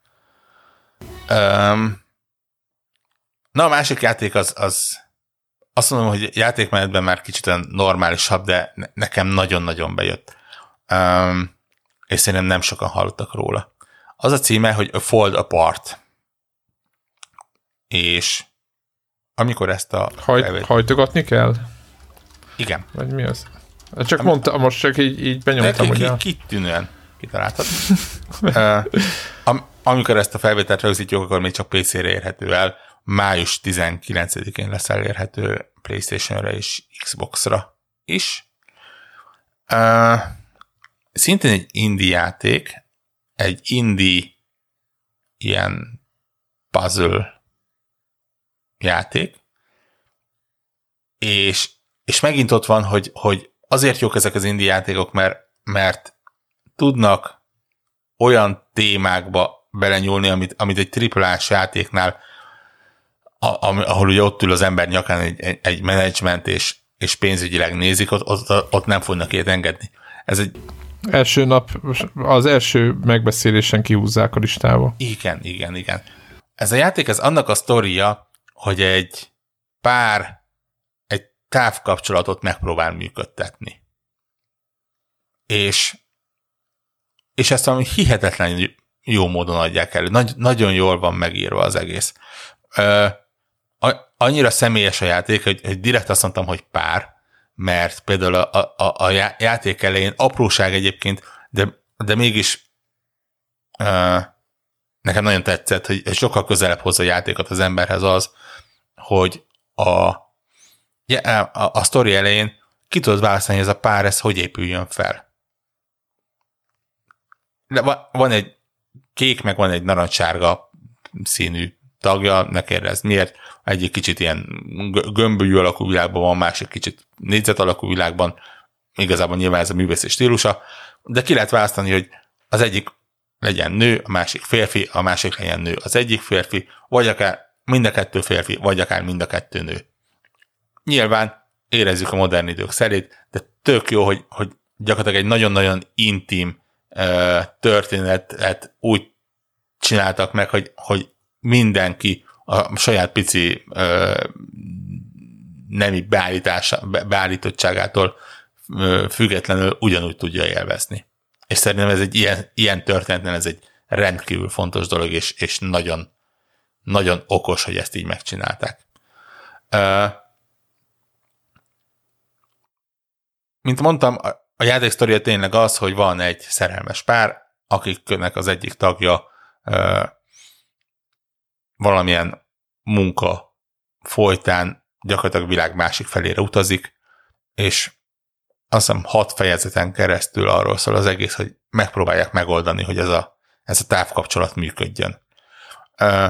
Um, na, a másik játék az, az azt mondom, hogy játékmenetben már kicsit olyan normálisabb, de ne- nekem nagyon-nagyon bejött. Um, és szerintem nem sokan hallottak róla. Az a címe, hogy A Fold Apart. És amikor ezt a... Hajt, felvét... hajtogatni kell? Igen. Vagy mi az? Csak Am... mondta, most csak így, így benyomtam, ki, hogy... Ki, kitűnően kitaláltad. uh, am, amikor ezt a felvételt rögzítjük, akkor még csak pé cére érhető el. május tizenkilencedikén lesz elérhető PlayStation-re és Xbox-ra is. Uh, Szintén egy indie játék, egy indie ilyen puzzle játék, és, és megint ott van, hogy, hogy azért jók ezek az indie játékok, mert, mert tudnak olyan témákba belenyúlni, amit, amit egy triplás játéknál, ahol ugye ott ül az ember nyakán egy, egy, egy menedzsment, és, és pénzügyileg nézik, ott, ott, ott nem fognak ilyet engedni. Ez egy Első nap, az első megbeszélésen kihúzzák a listába. Igen, igen, igen. Ez a játék, ez annak a sztoria, hogy egy pár egy távkapcsolatot megpróbál működtetni. És, és ezt valami hihetetlen jó módon adják elő. Nagy, nagyon jól van megírva az egész. Ö, annyira személyes a játék, hogy, hogy direkt azt mondtam, hogy pár, mert például a, a, a játék elején apróság egyébként, de, de mégis uh, nekem nagyon tetszett, hogy sokkal közelebb hozza a játékot az emberhez az, hogy a, a, a sztori elején ki tudod választani, hogy ez a pár, ez hogy épüljön fel. De van egy kék, meg van egy narancssárga színű tagja, ne kérdezz miért, egyik kicsit ilyen gömbölyű alakú világban van, másik kicsit négyzet alakú világban, igazából nyilván ez a művészeti stílusa, de ki lehet választani, hogy az egyik legyen nő, a másik férfi, a másik legyen nő, az egyik férfi, vagy akár mind a kettő férfi, vagy akár mind a kettő nő. Nyilván érezzük a modern idők szerint, de tök jó, hogy, hogy gyakorlatilag egy nagyon-nagyon intim uh, történetet úgy csináltak meg, hogy, hogy mindenki a saját pici uh, nemi beállítása, be, beállítottságától függetlenül ugyanúgy tudja élvezni. És szerintem ez egy ilyen, ilyen történetnél ez egy rendkívül fontos dolog, és, és nagyon, nagyon okos, hogy ezt így megcsinálták. Mint mondtam, a játék sztoria tényleg az, hogy van egy szerelmes pár, akiknek az egyik tagja valamilyen munka folytán gyakorlatilag a világ másik felére utazik, és azt hiszem hat fejezeten keresztül arról szól az egész, hogy megpróbálják megoldani, hogy ez a, ez a távkapcsolat működjön. Uh,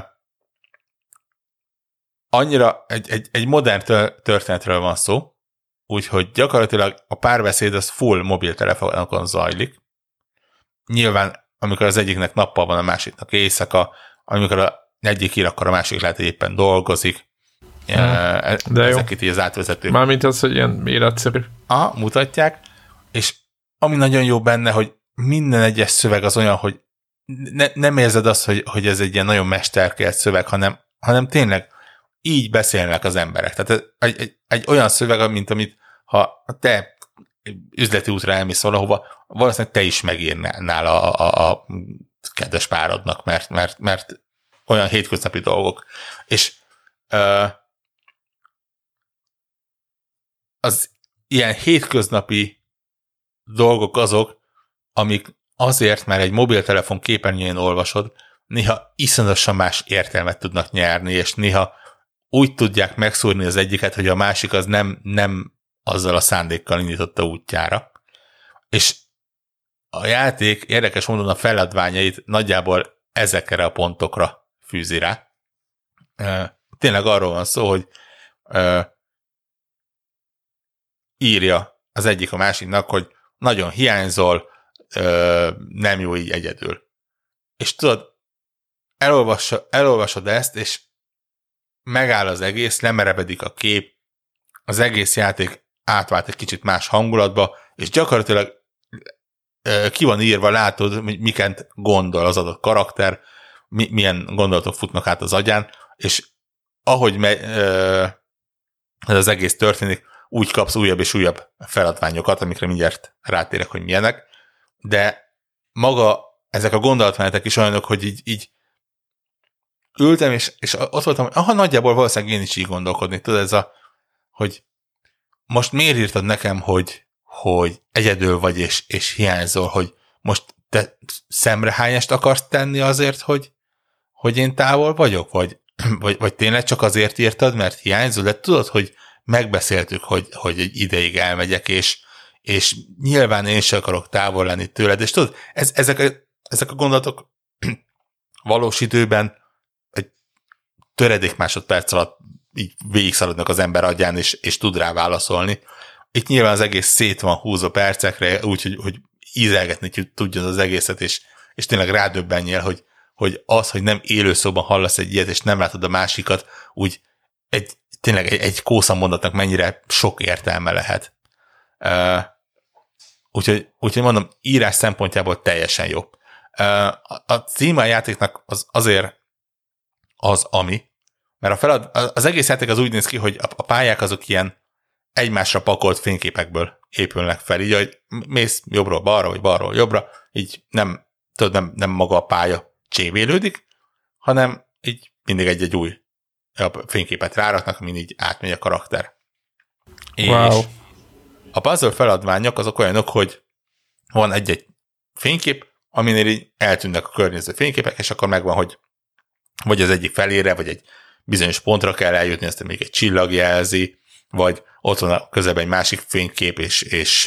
annyira egy, egy, egy modern történetről van szó, úgyhogy gyakorlatilag a párbeszéd az full mobiltelefonokon zajlik. Nyilván, amikor az egyiknek nappal van, a másiknak éjszaka, amikor a egyik ír, akkor a másik lehet, hogy éppen dolgozik. De ezeket így az átvezetők. Mármint az, hogy ilyen életszerű. Aha, mutatják, és ami nagyon jó benne, hogy minden egyes szöveg az olyan, hogy ne, nem érzed azt, hogy, hogy ez egy ilyen nagyon mesterkélt szöveg, hanem, hanem tényleg így beszélnek az emberek. Tehát egy, egy, egy olyan szöveg, mint amit ha te üzleti útra elmész valahova, valószínűleg te is megírnál a, a, a kedves párodnak, mert, mert, mert olyan hétköznapi dolgok. És uh, az ilyen hétköznapi dolgok azok, amik azért, mert egy mobiltelefon képernyőjén olvasod, néha iszonyatosan más értelmet tudnak nyerni, és néha úgy tudják megszúrni az egyiket, hogy a másik az nem, nem azzal a szándékkal indította útjára. És a játék érdekes módon a feladványait nagyjából ezekre a pontokra fűzi rá. Tényleg arról van szó, hogy írja az egyik a másiknak, hogy nagyon hiányzol, nem jó így egyedül. És tudod, elolvasod, elolvasod ezt, és megáll az egész, lemerevedik a kép, az egész játék átvált egy kicsit más hangulatba, és gyakorlatilag ki van írva, látod, hogy miket gondol az adott karakter, mi, milyen gondolatok futnak át az agyán, és ahogy me, ez az egész történik, úgy kapsz újabb és újabb feladványokat, amikre mindjárt rátérek, hogy milyenek, de maga ezek a gondolatmenetek is olyanok, hogy így, így ültem, és, és ott voltam, hogy aha, nagyjából valószínűleg én is így gondolkodni. Tudod, ez a, hogy most miért írtad nekem, hogy, hogy egyedül vagy, és, és hiányzol, hogy most te szemrehányást akarsz tenni azért, hogy, hogy én távol vagyok, vagy, vagy, vagy tényleg csak azért írtad, mert hiányzol, de tudod, hogy megbeszéltük, hogy, hogy egy ideig elmegyek, és, és nyilván én sem akarok távol lenni tőled, és tudod, ez, ezek, a, ezek a gondolatok valós időben egy töredék másodperc alatt így végigszaladnak az ember agyán, és, és tud rá válaszolni. Itt nyilván az egész szét van húzva percekre, úgyhogy hogy ízelgetni tudjon az egészet, és, és tényleg rádöbbenjél, hogy, hogy az, hogy nem élőszóban hallasz egy ilyet, és nem látod a másikat, úgy egy, tényleg egy, egy kósza mondatnak mennyire sok értelme lehet. Uh, úgyhogy, úgyhogy mondom, írás szempontjából teljesen jó. Uh, a, a címe a játéknak az azért az, ami, mert a felad, az egész játék az úgy néz ki, hogy a, a pályák azok ilyen egymásra pakolt fényképekből épülnek fel, így, hogy mész jobbról balra, vagy balról jobbra, így nem, tudod, nem, nem maga a pálya csévélődik, hanem így mindig egy-egy új fényképet ráraknak, amin így átmegy a karakter. Wow. És a puzzle feladványok azok olyanok, hogy van egy-egy fénykép, aminél így eltűnnek a környező fényképek, és akkor megvan, hogy vagy az egyik felére, vagy egy bizonyos pontra kell eljutni, aztán még egy csillag jelzi, vagy ott van a közelben egy másik fénykép, és, és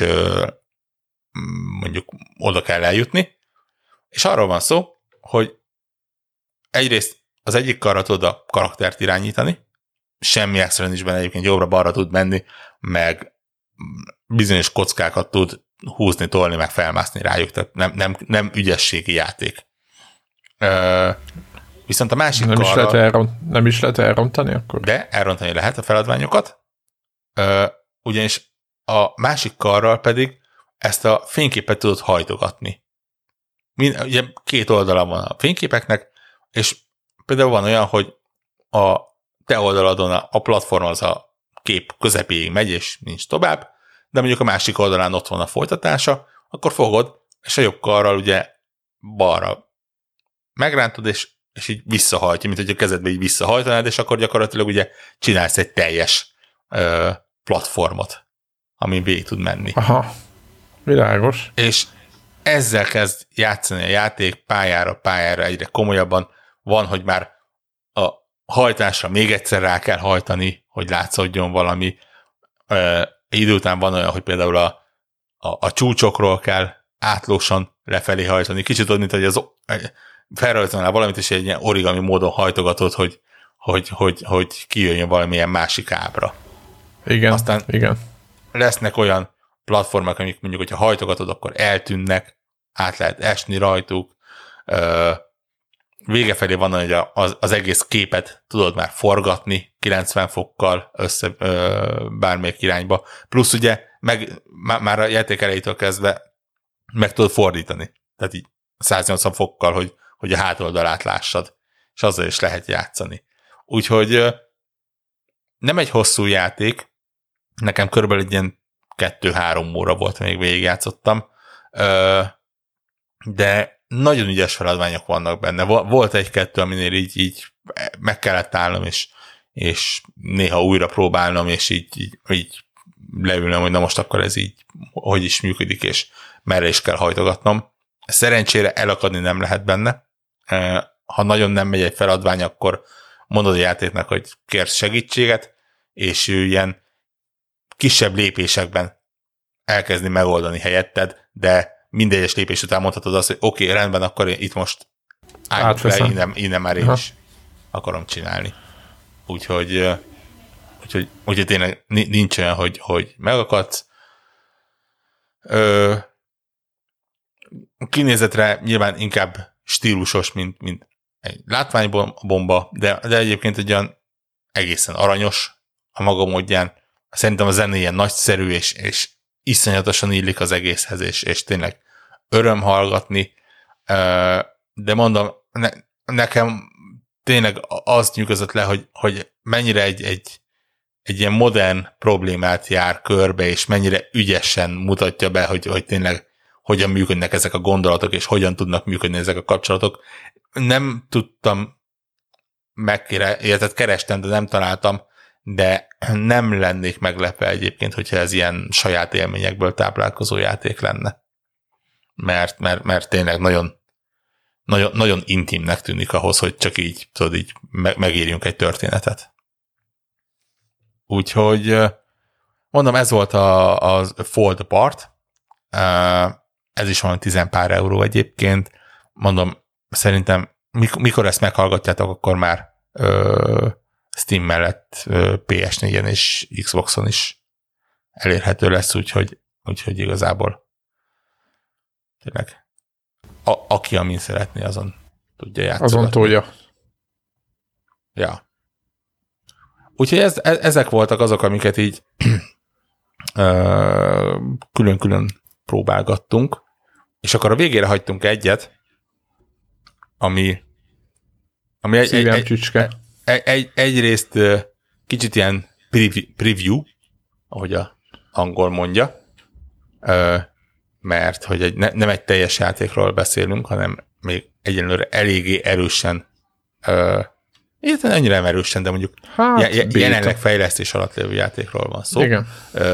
mondjuk oda kell eljutni. És arról van szó, hogy egyrészt az egyik karra tud a karaktert irányítani, semmi extra nincs benne, egyébként jobbra-balra tud menni, meg bizonyos kockákat tud húzni, tolni, meg felmászni rájuk, tehát nem, nem, nem ügyességi játék. Ö, viszont a másik nem, karra, is lehet elront, nem is lehet elrontani akkor? De elrontani lehet a feladványokat, ö, ugyanis a másik karral pedig ezt a fényképet tudod hajtogatni. Mind, ugye két oldala van a fényképeknek, és például van olyan, hogy a te oldaladon a platform az a kép közepéig megy, és nincs tovább, de mondjuk a másik oldalán ott van a folytatása, akkor fogod, és a jobb karral ugye balra megrántod, és, és így visszahajtja, mint hogy a kezedbe így visszahajtanád, és akkor gyakorlatilag ugye csinálsz egy teljes ö, platformot, amin végig tud menni. Aha, világos. És ezzel kezd játszani a játék pályára, pályára egyre komolyabban. Van, hogy már a hajtásra még egyszer rá kell hajtani, hogy látszódjon valami. Egy idő után van olyan, hogy például a, a, a csúcsokról kell átlósan lefelé hajtani. Kicsit ott, mint hogy az felrajzolnál valamit, és egy ilyen origami módon hajtogatod, hogy, hogy, hogy, hogy kijöjjön valamilyen másik ábra. Igen, Aztán igen. lesznek olyan platformok, amik mondjuk, hogyha hajtogatod, akkor eltűnnek, át lehet esni rajtuk. Vége felé van, hogy az, az egész képet tudod már forgatni kilencven fokkal össze bármelyik irányba. Plusz ugye meg, már a játék elejétől kezdve meg tudod fordítani. Tehát így száznyolcvan fokkal, hogy, hogy a hátoldalát lássad. És azzal is lehet játszani. Úgyhogy nem egy hosszú játék. Nekem körülbelül egy ilyen kettő-három óra volt, még végigjátszottam. De nagyon ügyes feladványok vannak benne. Volt egy-kettő, aminél így, így meg kellett állnom, és, és néha újra próbálnom, és így, így, így leülnöm, hogy na most akkor ez így hogy is működik, és merre is kell hajtogatnom. Szerencsére elakadni nem lehet benne. Ha nagyon nem megy egy feladvány, akkor mondod a játéknak, hogy kérsz segítséget, és ő ilyen kisebb lépésekben elkezdi megoldani helyetted, de minden egyes lépés után mondhatod azt, hogy oké, okay, rendben, akkor én itt most álljunk le, innen, innen már én is akarom csinálni. Úgyhogy, úgyhogy, úgyhogy tényleg nincs olyan, hogy, hogy megakadsz. Ö, kinézetre nyilván inkább stílusos, mint, mint egy látványbomba, de, de egyébként egy olyan egészen aranyos a maga módján. Szerintem a zenéje nagyszerű, és, és iszonyatosan illik az egészhez, és, és tényleg öröm hallgatni, de mondom, ne, nekem tényleg azt nyugodott le, hogy, hogy mennyire egy, egy, egy ilyen modern problémát jár körbe, és mennyire ügyesen mutatja be, hogy, hogy tényleg hogyan működnek ezek a gondolatok, és hogyan tudnak működni ezek a kapcsolatok. Nem tudtam megkére, illetve kerestem, de nem találtam, de nem lennék meglepve egyébként, hogyha ez ilyen saját élményekből táplálkozó játék lenne. Mert, mert, mert tényleg nagyon, nagyon, nagyon intimnek tűnik ahhoz, hogy csak így, tudod, így megírjunk egy történetet. Úgyhogy mondom, ez volt a, a Fold Part. Ez is valami tizenpár euró egyébként. Mondom, szerintem mikor ezt meghallgatjátok, akkor már ö, Steam mellett ö, pé es négyen és Xboxon is elérhető lesz, úgyhogy, úgyhogy igazából tényleg a, aki amin szeretné, azon tudja játszani. Azon tudja. Ja. Úgyhogy ez, ez, ezek voltak azok, amiket így ö, külön-külön próbálgattunk, és akkor a végére hagytunk egyet, ami, ami egy, egy, egy, egy, egy, egyrészt kicsit ilyen preview, ahogy a angol mondja, mert hogy egy, ne, nem egy teljes játékról beszélünk, hanem még egyenlőre eléggé erősen, illetve annyira nem erősen, de mondjuk hát, je, jelenleg fejlesztés alatt lévő játékról van szó. Igen.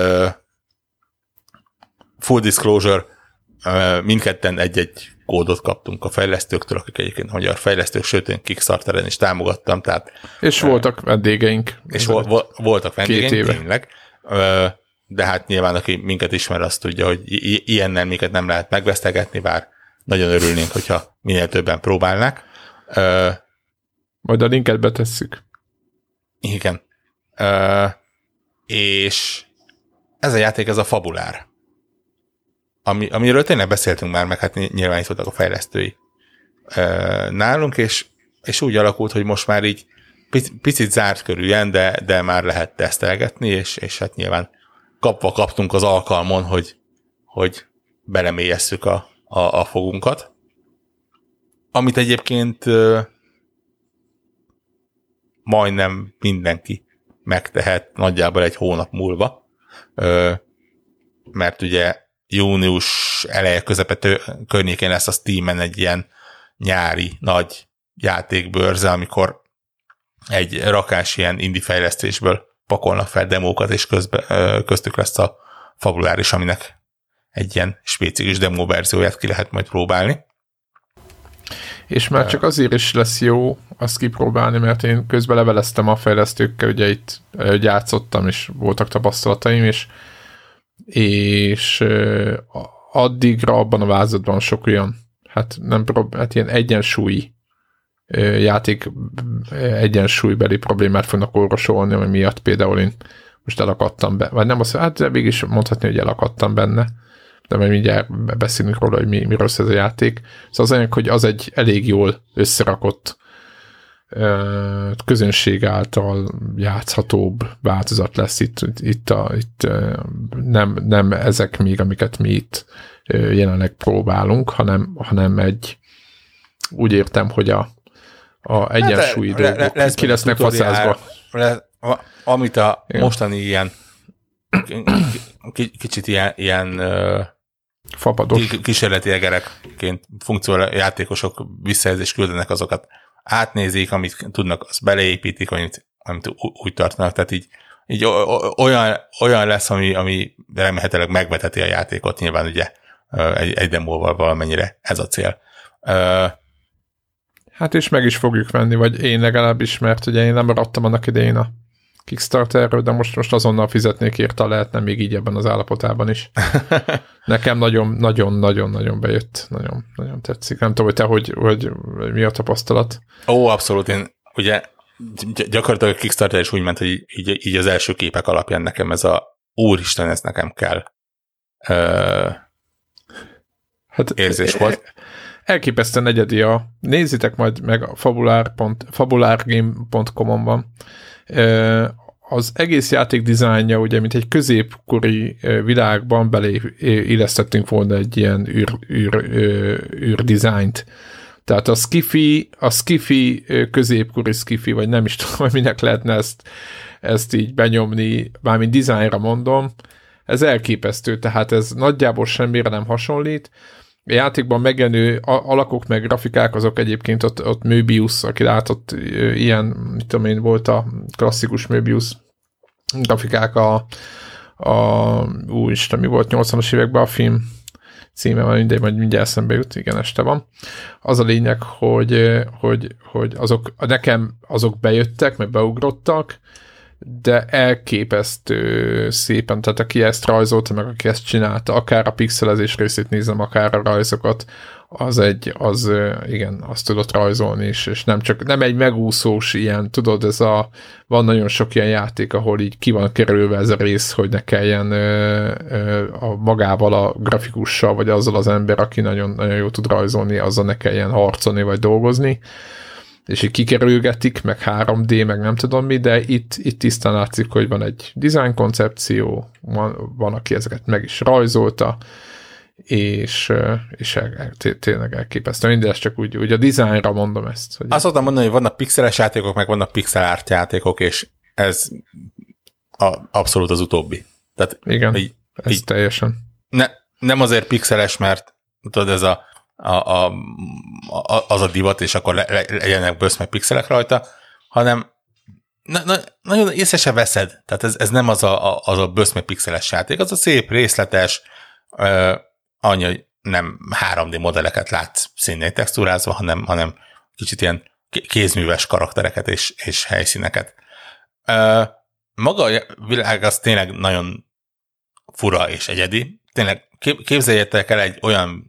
Full disclosure, mindketten egy-egy kódot kaptunk a fejlesztőktől, akik egyébként magyar fejlesztők, sőt, én Kickstarteren is támogattam. Tehát, és uh, voltak vendégeink. És vo- vo- voltak vendégeink, tényleg. Uh, de hát nyilván, aki minket ismer, azt tudja, hogy i- ilyennel minket nem lehet megvesztegetni, bár nagyon örülnénk, hogyha minél többen próbálnák. Uh, Majd a linket betesszük. Igen. Uh, és ez a játék, ez a Fabulár. Ami, amiről tényleg beszéltünk már, meg hát nyilván itt voltak a fejlesztői uh, nálunk, és, és úgy alakult, hogy most már így picit zárt körüljen, de, de már lehet tesztelgetni, és, és hát nyilván kapva kaptunk az alkalmon, hogy, hogy belemélyesszük a, a, a fogunkat. Amit egyébként uh, majdnem mindenki megtehet nagyjából egy hónap múlva. Uh, mert ugye június eleje közepető környékén lesz a Steamen egy ilyen nyári nagy játékbőrze, amikor egy rakás ilyen indie fejlesztésből pakolnak fel demókat, és közbe, köztük lesz a Fabuláris, aminek egy ilyen spécifikus demo verzióját ki lehet majd próbálni. És már csak azért is lesz jó azt kipróbálni, mert én közben leveleztem a fejlesztőkkel, ugye itt játszottam, és voltak tapasztalataim, és, és addigra abban a vázatban sok olyan, hát nem hát ilyen egyensúlyi játék egyensúlybeli problémát fognak orvosolni, ami miatt például én most elakadtam be, vagy nem azt, hát végig is mondhatni, hogy elakadtam benne, de majd mindjárt beszélünk róla, hogy mi, miről ez a játék. Szóval az anyag, hogy az egy elég jól összerakott közönség által játszhatóbb változat lesz itt, itt, a, itt nem, nem ezek még, amiket mi itt jelenleg próbálunk, hanem, hanem egy úgy értem, hogy a, a egyensúlyi hát, dolgok le, le, ki lesznek faszázva. Le, amit a igen. mostani ilyen kicsit ilyen, ilyen fapados kísérleti egerekként funkcionál játékosok visszajelzést küldenek, azokat átnézik, amit tudnak, azt beleépítik, amit, amit úgy tartanak, tehát így, így olyan, olyan lesz, ami, ami remélhetőleg megveteti a játékot, nyilván ugye egy, egy demóval valamennyire ez a cél. Hát és meg is fogjuk venni, vagy én legalábbis, mert ugye én nem maradtam annak idején a Kickstarterről, de most, most azonnal fizetnék érte, lehetne még így ebben az állapotában is. Nekem nagyon-nagyon-nagyon-nagyon bejött, nagyon, nagyon tetszik. Nem tudom, hogy te, hogy, hogy mi a tapasztalat? Ó, abszolút. Én ugye gyakorlatilag a Kickstarter is úgy ment, hogy így, így az első képek alapján nekem ez a úristen, ez nekem kell Ö, hát, érzés volt. Elképesztően egyedi a... Nézzétek majd meg a fabulargame pont com-on van. Az egész játék dizájnja, ugye, mint egy középkori világban beleillesztettünk volna egy ilyen űr, űr, űr dizájnt. Tehát a skifi, a skifi, középkori skifi, vagy nem is tudom, hogy minek lehetne ezt, ezt így benyomni, mármint dizájnra mondom, ez elképesztő, tehát ez nagyjából semmire nem hasonlít. A játékban megjelenő alakok meg grafikák, azok egyébként ott, ott Möbius, aki látott ilyen, mit tudom én, volt a klasszikus Möbius grafikák a, a úristen, mi volt nyolcvanas években a film címe, van mindegy, majd mindjárt eszembe jut, igen, este van. Az a lényeg, hogy, hogy, hogy azok, nekem azok bejöttek, meg beugrottak, de elképesztő szépen, tehát aki ezt rajzolta, meg aki ezt csinálta, akár a pixelezés részét nézem, akár a rajzokat, az egy, az igen, azt tudott rajzolni is, és nem csak, nem egy megúszós ilyen, tudod, ez a, van nagyon sok ilyen játék, ahol így ki van kerülve ez a rész, hogy ne kelljen ö, ö, a magával a grafikussal, vagy azzal az ember, aki nagyon, nagyon jól tud rajzolni, azzal ne kelljen harcolni, vagy dolgozni, és így kikerülgetik, meg három dé, meg nem tudom mi, de itt, itt tisztán látszik, hogy van egy design koncepció, van, van aki ezeket meg is rajzolta, és, és el, tényleg elképesztő. Minden ezt csak úgy, úgy a dizájnra mondom ezt. Hogy azt szoktam mondani, hogy vannak pixeles játékok, meg vannak pixel art játékok, és ez a, abszolút az utóbbi. Tehát igen, így, ez így teljesen. Ne, nem azért pixeles, mert tudod, ez a A, a, a, az a divat, és akkor le, le, legyenek bösz meg pixelek rajta, hanem na, na, nagyon észre se veszed. Tehát ez, ez nem az a, a, az a bösz meg pixeles játék, az a szép, részletes, uh, annyi, hogy nem három dé modelleket látsz színnél textúrázva, hanem, hanem kicsit ilyen kézműves karaktereket és, és helyszíneket. Uh, maga a világ az tényleg nagyon fura és egyedi. Tényleg képzeljétek el egy olyan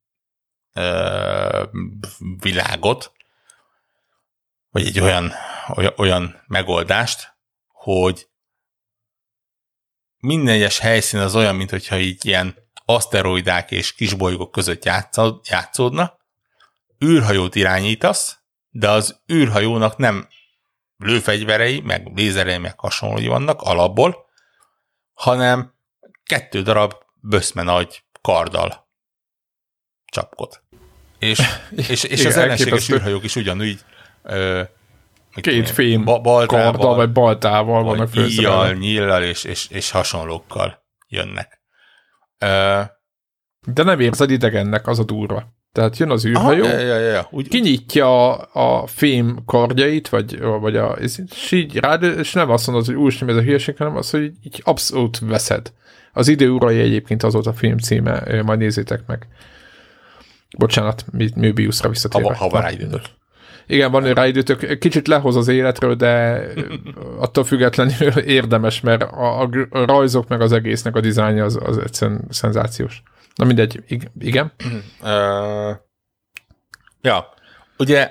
világot, vagy egy olyan, olyan, olyan megoldást, hogy minden egyes helyszín az olyan, mint hogyha így ilyen aszteroidák és kisbolygók között játszód, játszódna, űrhajót irányítasz, de az űrhajónak nem lőfegyverei, meg lézerei, meg hasonlói vannak alapból, hanem kettő darab böszme nagy karddal csapkod. És, és, és igen, az ellenséges űrhajók is ugyanúgy ö, két fém karddal, vagy baltával vannak főszerelve. Íjjal, nyíllal és, és, és hasonlókkal jönnek. Uh, De nem érzed idegennek, az a durva. Tehát jön az űrhajó, aha, ja, ja, ja. Úgy, kinyitja a, a fém kardjait, vagy, vagy a, és így rád, és nem azt mondod, hogy úristen, ez a hülyeség, hanem az, hogy így, így abszolút veszed. Az Idő urai egyébként az volt a film címe, majd nézzétek meg. Bocsánat, Möbiusra visszatérve. Ha, ha van rá időtök. Igen, van rá időtök. Kicsit lehoz az életről, de attól függetlenül érdemes, mert a, a rajzok meg az egésznek a dizájnja az, az egyszerűen szenzációs. Na mindegy, igen. Uh, ja, ugye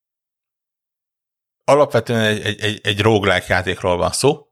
alapvetően egy, egy, egy, egy roguelike játékról van szó.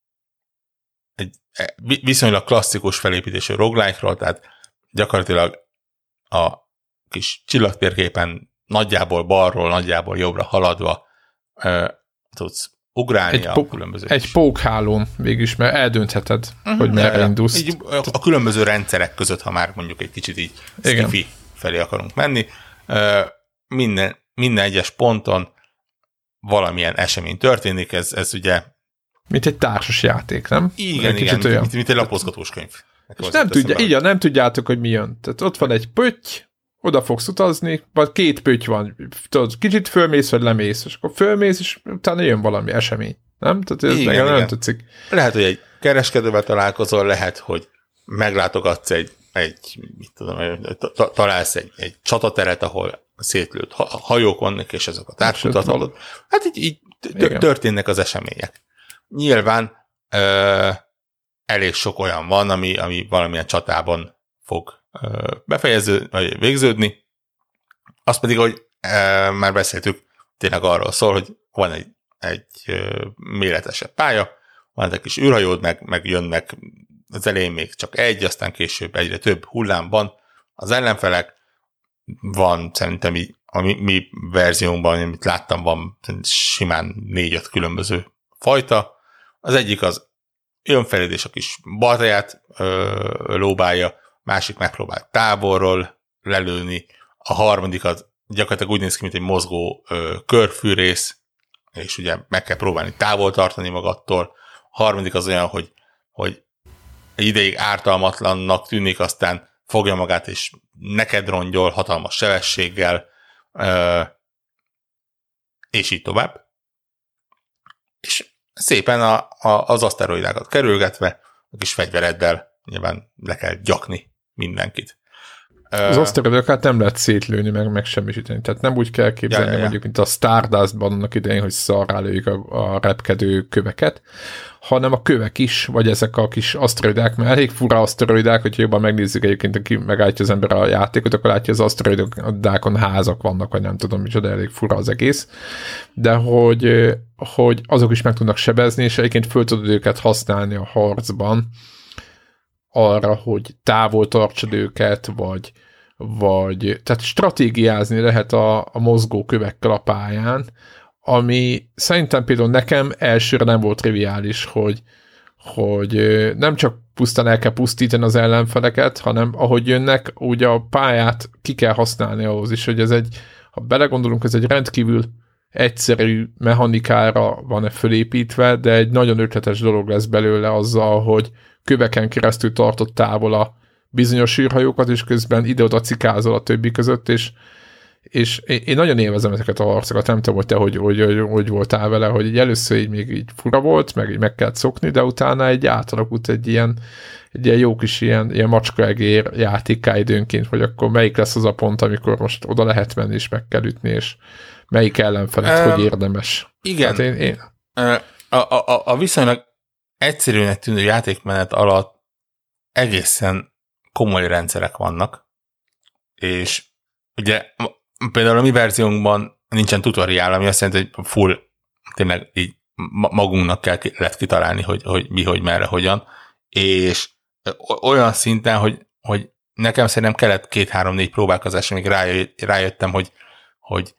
Egy viszonylag klasszikus felépítésű roguelike-ról, tehát gyakorlatilag a kis csillagtérképen nagyjából balról, nagyjából jobbra haladva uh, tudsz ugrálni egy a po- különböző... Egy pókhálón végülis, mert eldöntheted, uh-huh, hogy merre ja, indulsz. Így a különböző rendszerek között, ha már mondjuk egy kicsit így skifi felé akarunk menni, uh, minden, minden egyes ponton valamilyen esemény történik, ez, ez ugye... Mint egy társas játék, nem? Igen, igen, mint, mint, mint egy lapozgatós könyv. És nem, tudja, így, nem tudjátok, hogy mi jön. Tehát ott van egy pötty, oda fogsz utazni, vagy két pötty van, tudod, kicsit fölmész, vagy lemész, és akkor fölmész, és utána jön valami esemény. Nem? Tehát ez igen, igen. Nem tetszik. Lehet, hogy egy kereskedővel találkozol, lehet, hogy meglátogatsz egy, egy mit tudom, találsz egy, egy csatateret, ahol szétlőtt hajók vannak, és ezek a átkutatod. Hát így, így történnek az események. Nyilván ö, elég sok olyan van, ami, ami valamilyen csatában fog ö, befejeződni, vagy végződni. Azt pedig, hogy ö, már beszéltük, tényleg arról szól, hogy van egy, egy ö, méretesebb pálya, van egy kis űrhajód, meg, meg jönnek az elején még csak egy, aztán később egyre több hullámban az ellenfelek. Van szerintem így, a mi, mi verziónkban, amit láttam, van simán négy-öt különböző fajta. Az egyik az jön feléd, és a kis baltaját ö, lóbálja, másik megpróbál távolról lelőni, a harmadik az gyakorlatilag úgy néz ki, mint egy mozgó ö, körfűrész, és ugye meg kell próbálni távol tartani magadtól. A harmadik az olyan, hogy, hogy egy ideig ártalmatlannak tűnik, aztán fogja magát, és neked rongyol hatalmas sebességgel, ö, és így tovább. És szépen a, a, az aszteroidákat kerülgetve, a kis fegyvereddel nyilván le kell gyakni mindenkit. Az aszteroidákat nem lehet szétlőni, meg megsemmisíteni. Tehát nem úgy kell képzelni, ja, ja, ja. mondjuk, mint a Stardustban annak idején, hogy szarrá lőjük a, a repkedő köveket, hanem a kövek is, vagy ezek a kis aszteroidák, mert elég fura aszteroidák, hogyha jobban megnézzük egyébként, aki megállítja az ember a játékot, akkor látja, az aszteroidákon házak vannak, vagy nem tudom micsoda, elég fura az egész. De hogy, hogy azok is meg tudnak sebezni, és egyébként föl tudod őket használni a harcban, arra, hogy távol tartsad őket, vagy, vagy tehát stratégiázni lehet a, a mozgó kövekkel a pályán, ami szerintem például nekem elsőre nem volt triviális, hogy, hogy nem csak pusztán el kell pusztítani az ellenfeleket, hanem ahogy jönnek, úgy a pályát ki kell használni ahhoz is, hogy ez egy, ha belegondolunk, ez egy rendkívül egyszerű mechanikára van-e fölépítve, de egy nagyon ötletes dolog lesz belőle azzal, hogy köveken keresztül tartott távol a bizonyos űrhajókat, és közben ide-oda cikázol a többi között, és, és én nagyon élvezem ezeket a harcokat, nem tudom, hogy te hogy, hogy, hogy, hogy voltál vele, hogy így először így még így fura volt, meg így meg kellett szokni, de utána egy átalakult egy ilyen, egy ilyen jó kis ilyen, ilyen macskaegér játékká időnként, hogy akkor melyik lesz az a pont, amikor most oda lehet menni, és meg kell ütni, és melyik ellenfelet, um, hogy érdemes. Igen. Hát én, én... A, a, a viszonylag egyszerűnek tűnő játékmenet alatt egészen komoly rendszerek vannak, és ugye például a mi verziónkban nincsen tutoriál, ami azt jelenti, hogy full tényleg így magunknak kell lehet kitalálni, hogy, hogy mi, hogy merre, hogyan, és olyan szinten, hogy, hogy nekem szerintem kellett két-három-négy próbálkozás, amíg rájöttem, hogy, hogy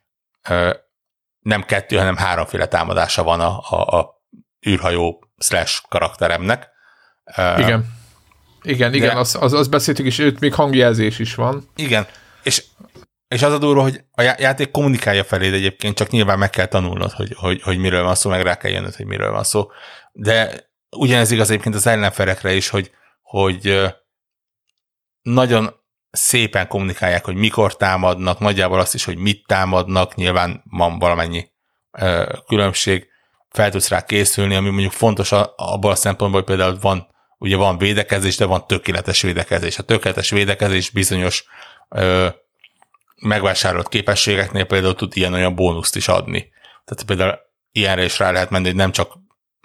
nem kettő, hanem háromféle támadása van a, a, a űrhajó slash karakteremnek. Igen. Igen, igen, azt az, az beszéltük is, őt még hangjelzés is van. Igen, és, és az a durva, hogy a játék kommunikálja feléd egyébként, csak nyilván meg kell tanulnod, hogy, hogy, hogy miről van szó, meg rá kell jönnöd, hogy miről van szó. De ugyanez igaz egyébként az ellenfelekre is, hogy, hogy nagyon szépen kommunikálják, hogy mikor támadnak, nagyjából azt is, hogy mit támadnak, nyilván van valamennyi ö, különbség, fel tudsz rá készülni, ami mondjuk fontos abban a szempontból, hogy például van, ugye van védekezés, de van tökéletes védekezés. A tökéletes védekezés bizonyos ö, megvásárolt képességeknél például tud ilyen-olyan bónuszt is adni. Tehát például ilyenre is rá lehet menni, hogy nem csak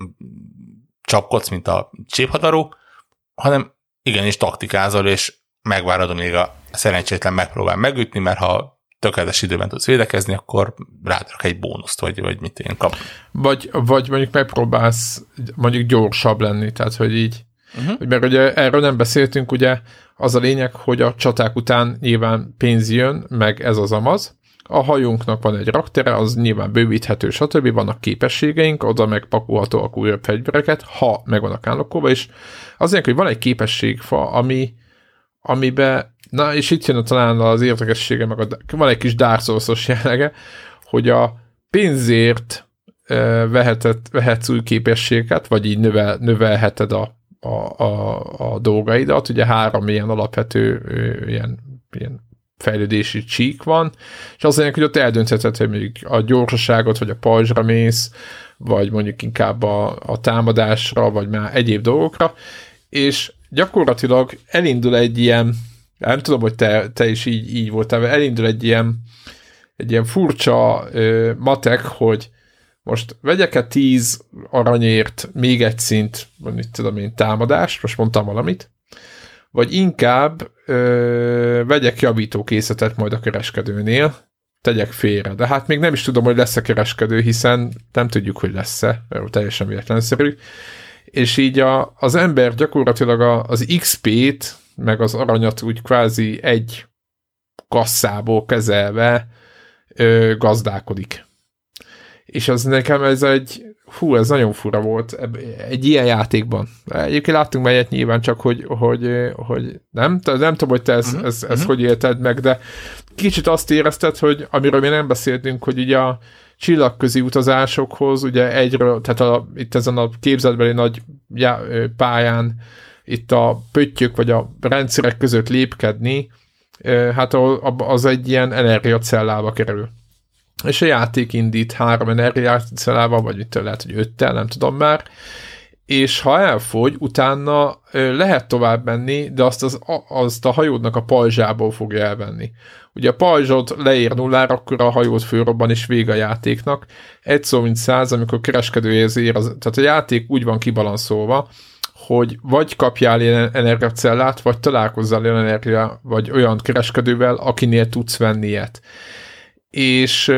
csapkodsz, mint a cséphadaró, hanem igenis taktikázol, és megvárod, amíg a szerencsétlen megpróbál megütni, mert ha tökéletes időben tudsz védekezni, akkor rádrak egy bónuszt, vagy, vagy mit én kap. Vagy, vagy mondjuk megpróbálsz mondjuk gyorsabb lenni, tehát hogy így, uh-huh. hogy mert ugye erről nem beszéltünk, ugye az a lényeg, hogy a csaták után nyilván pénz jön, meg ez az amaz. A hajónknak van egy raktere, az nyilván bővíthető, stb. Vannak képességeink, oda megpakolhatóak újabb fegyvereket, ha meg vannak állokóba, és az lényeg, hogy van egy képességfa, ami, amiben, na és itt jön talán az érdekessége, meg a, van egy kis Dark Souls-os jellege, hogy a pénzért uh, vehetett, vehetsz új képességet, vagy így növel, növelheted a, a, a, a dolgaidat. Ugye három ilyen alapvető uh, ilyen, ilyen fejlődési csík van, és az lényeg, hogy ott eldöntheted, hogy mondjuk a gyorsaságot, vagy a pajzsra mész, vagy mondjuk inkább a, a támadásra, vagy már egyéb dolgokra, és gyakorlatilag elindul egy ilyen, nem tudom, hogy te, te is így, így voltál, elindul egy ilyen, egy ilyen furcsa ö, matek, hogy most vegyek-e tíz aranyért még egy szint, mit tudom én, támadást, most mondtam valamit, vagy inkább ö, vegyek javítókészletet majd a kereskedőnél, tegyek félre. De hát még nem is tudom, hogy lesz-e kereskedő, hiszen nem tudjuk, hogy lesz-e, mert teljesen véletlenszerű. És így a, az ember gyakorlatilag a, az iksz pét, meg az aranyat úgy kvázi egy kasszából kezelve ö, gazdálkodik. És az nekem ez egy, hú, ez nagyon fura volt egy ilyen játékban. Egyébként láttunk melyet nyilván, csak hogy, hogy, hogy nem, nem tudom, hogy te ezt, uh-huh. ezt, ezt uh-huh. hogy élted meg, de kicsit azt érezted, hogy amiről mi nem beszéltünk, hogy ugye a csillagközi utazásokhoz, ugye egyről, tehát a, itt ezen a képzetbeli nagy já, pályán itt a pöttyök vagy a rendszerek között lépkedni, hát az egy ilyen energiacellába kerül. És a játék indít három energiacellával, vagy mit lehet, hogy öttel, nem tudom már, és ha elfogy, utána lehet tovább menni, de azt, az, azt a hajódnak a pajzsából fogja elvenni. Ugye a pajzsod leér nullára, akkor a hajót fölrobban, és vége a játéknak. Egy szó mint száz, amikor kereskedőjéhez ér, az, tehát a játék úgy van kibalanszolva, hogy vagy kapjál ilyen energiacellát, vagy találkozzál olyan energia, vagy olyan kereskedővel, akinél tudsz venni ilyet. És,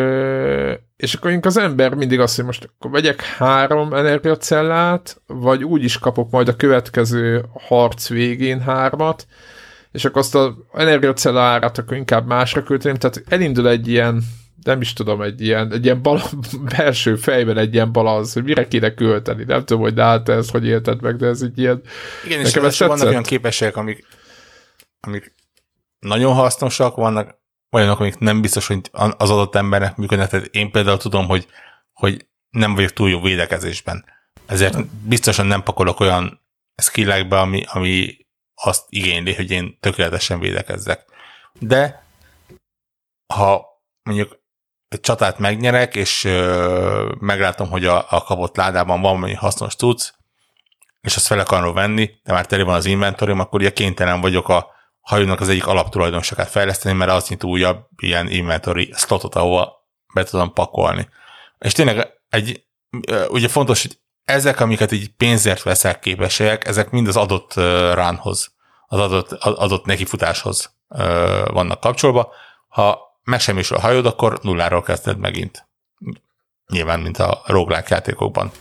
és akkor az ember mindig azt, hogy most akkor vegyek három energiacellát, vagy úgy is kapok majd a következő harc végén hármat, és akkor azt az energiacella árát akkor inkább másra költeném, tehát elindul egy ilyen, nem is tudom, egy ilyen, egy ilyen bal, belső fejben egy ilyen balansz, hogy mire kéne költeni, nem tudom, hogy de hát te ezt hogy élted meg, de ez egy ilyen... Igen, és ez vannak olyan képességek, amik, amik nagyon hasznosak, vannak olyanok, amik nem biztos, hogy az adott embernek működnek. Tehát én például tudom, hogy, hogy nem vagyok túl jó védekezésben. Ezért biztosan nem pakolok olyan skillekbe, ami, ami azt igényli, hogy én tökéletesen védekezzek. De ha mondjuk egy csatát megnyerek, és ö, meglátom, hogy a, a kapott ládában van valami hasznos tudsz, és azt fel akarom venni, de már tele van az inventorim, akkor ugye kénytelen vagyok a hajónak az egyik alaptulajdonságát fejleszteni, mert az nyit újabb ilyen inventory slotot, ahova be tudom pakolni. És tényleg egy, ugye fontos, hogy ezek, amiket így pénzért veszek képességek, ezek mind az adott ránhoz, az adott, adott nekifutáshoz vannak kapcsolva. Ha megsemmisül a hajód, akkor nulláról kezded megint. Nyilván, mint a roguelike játékokban.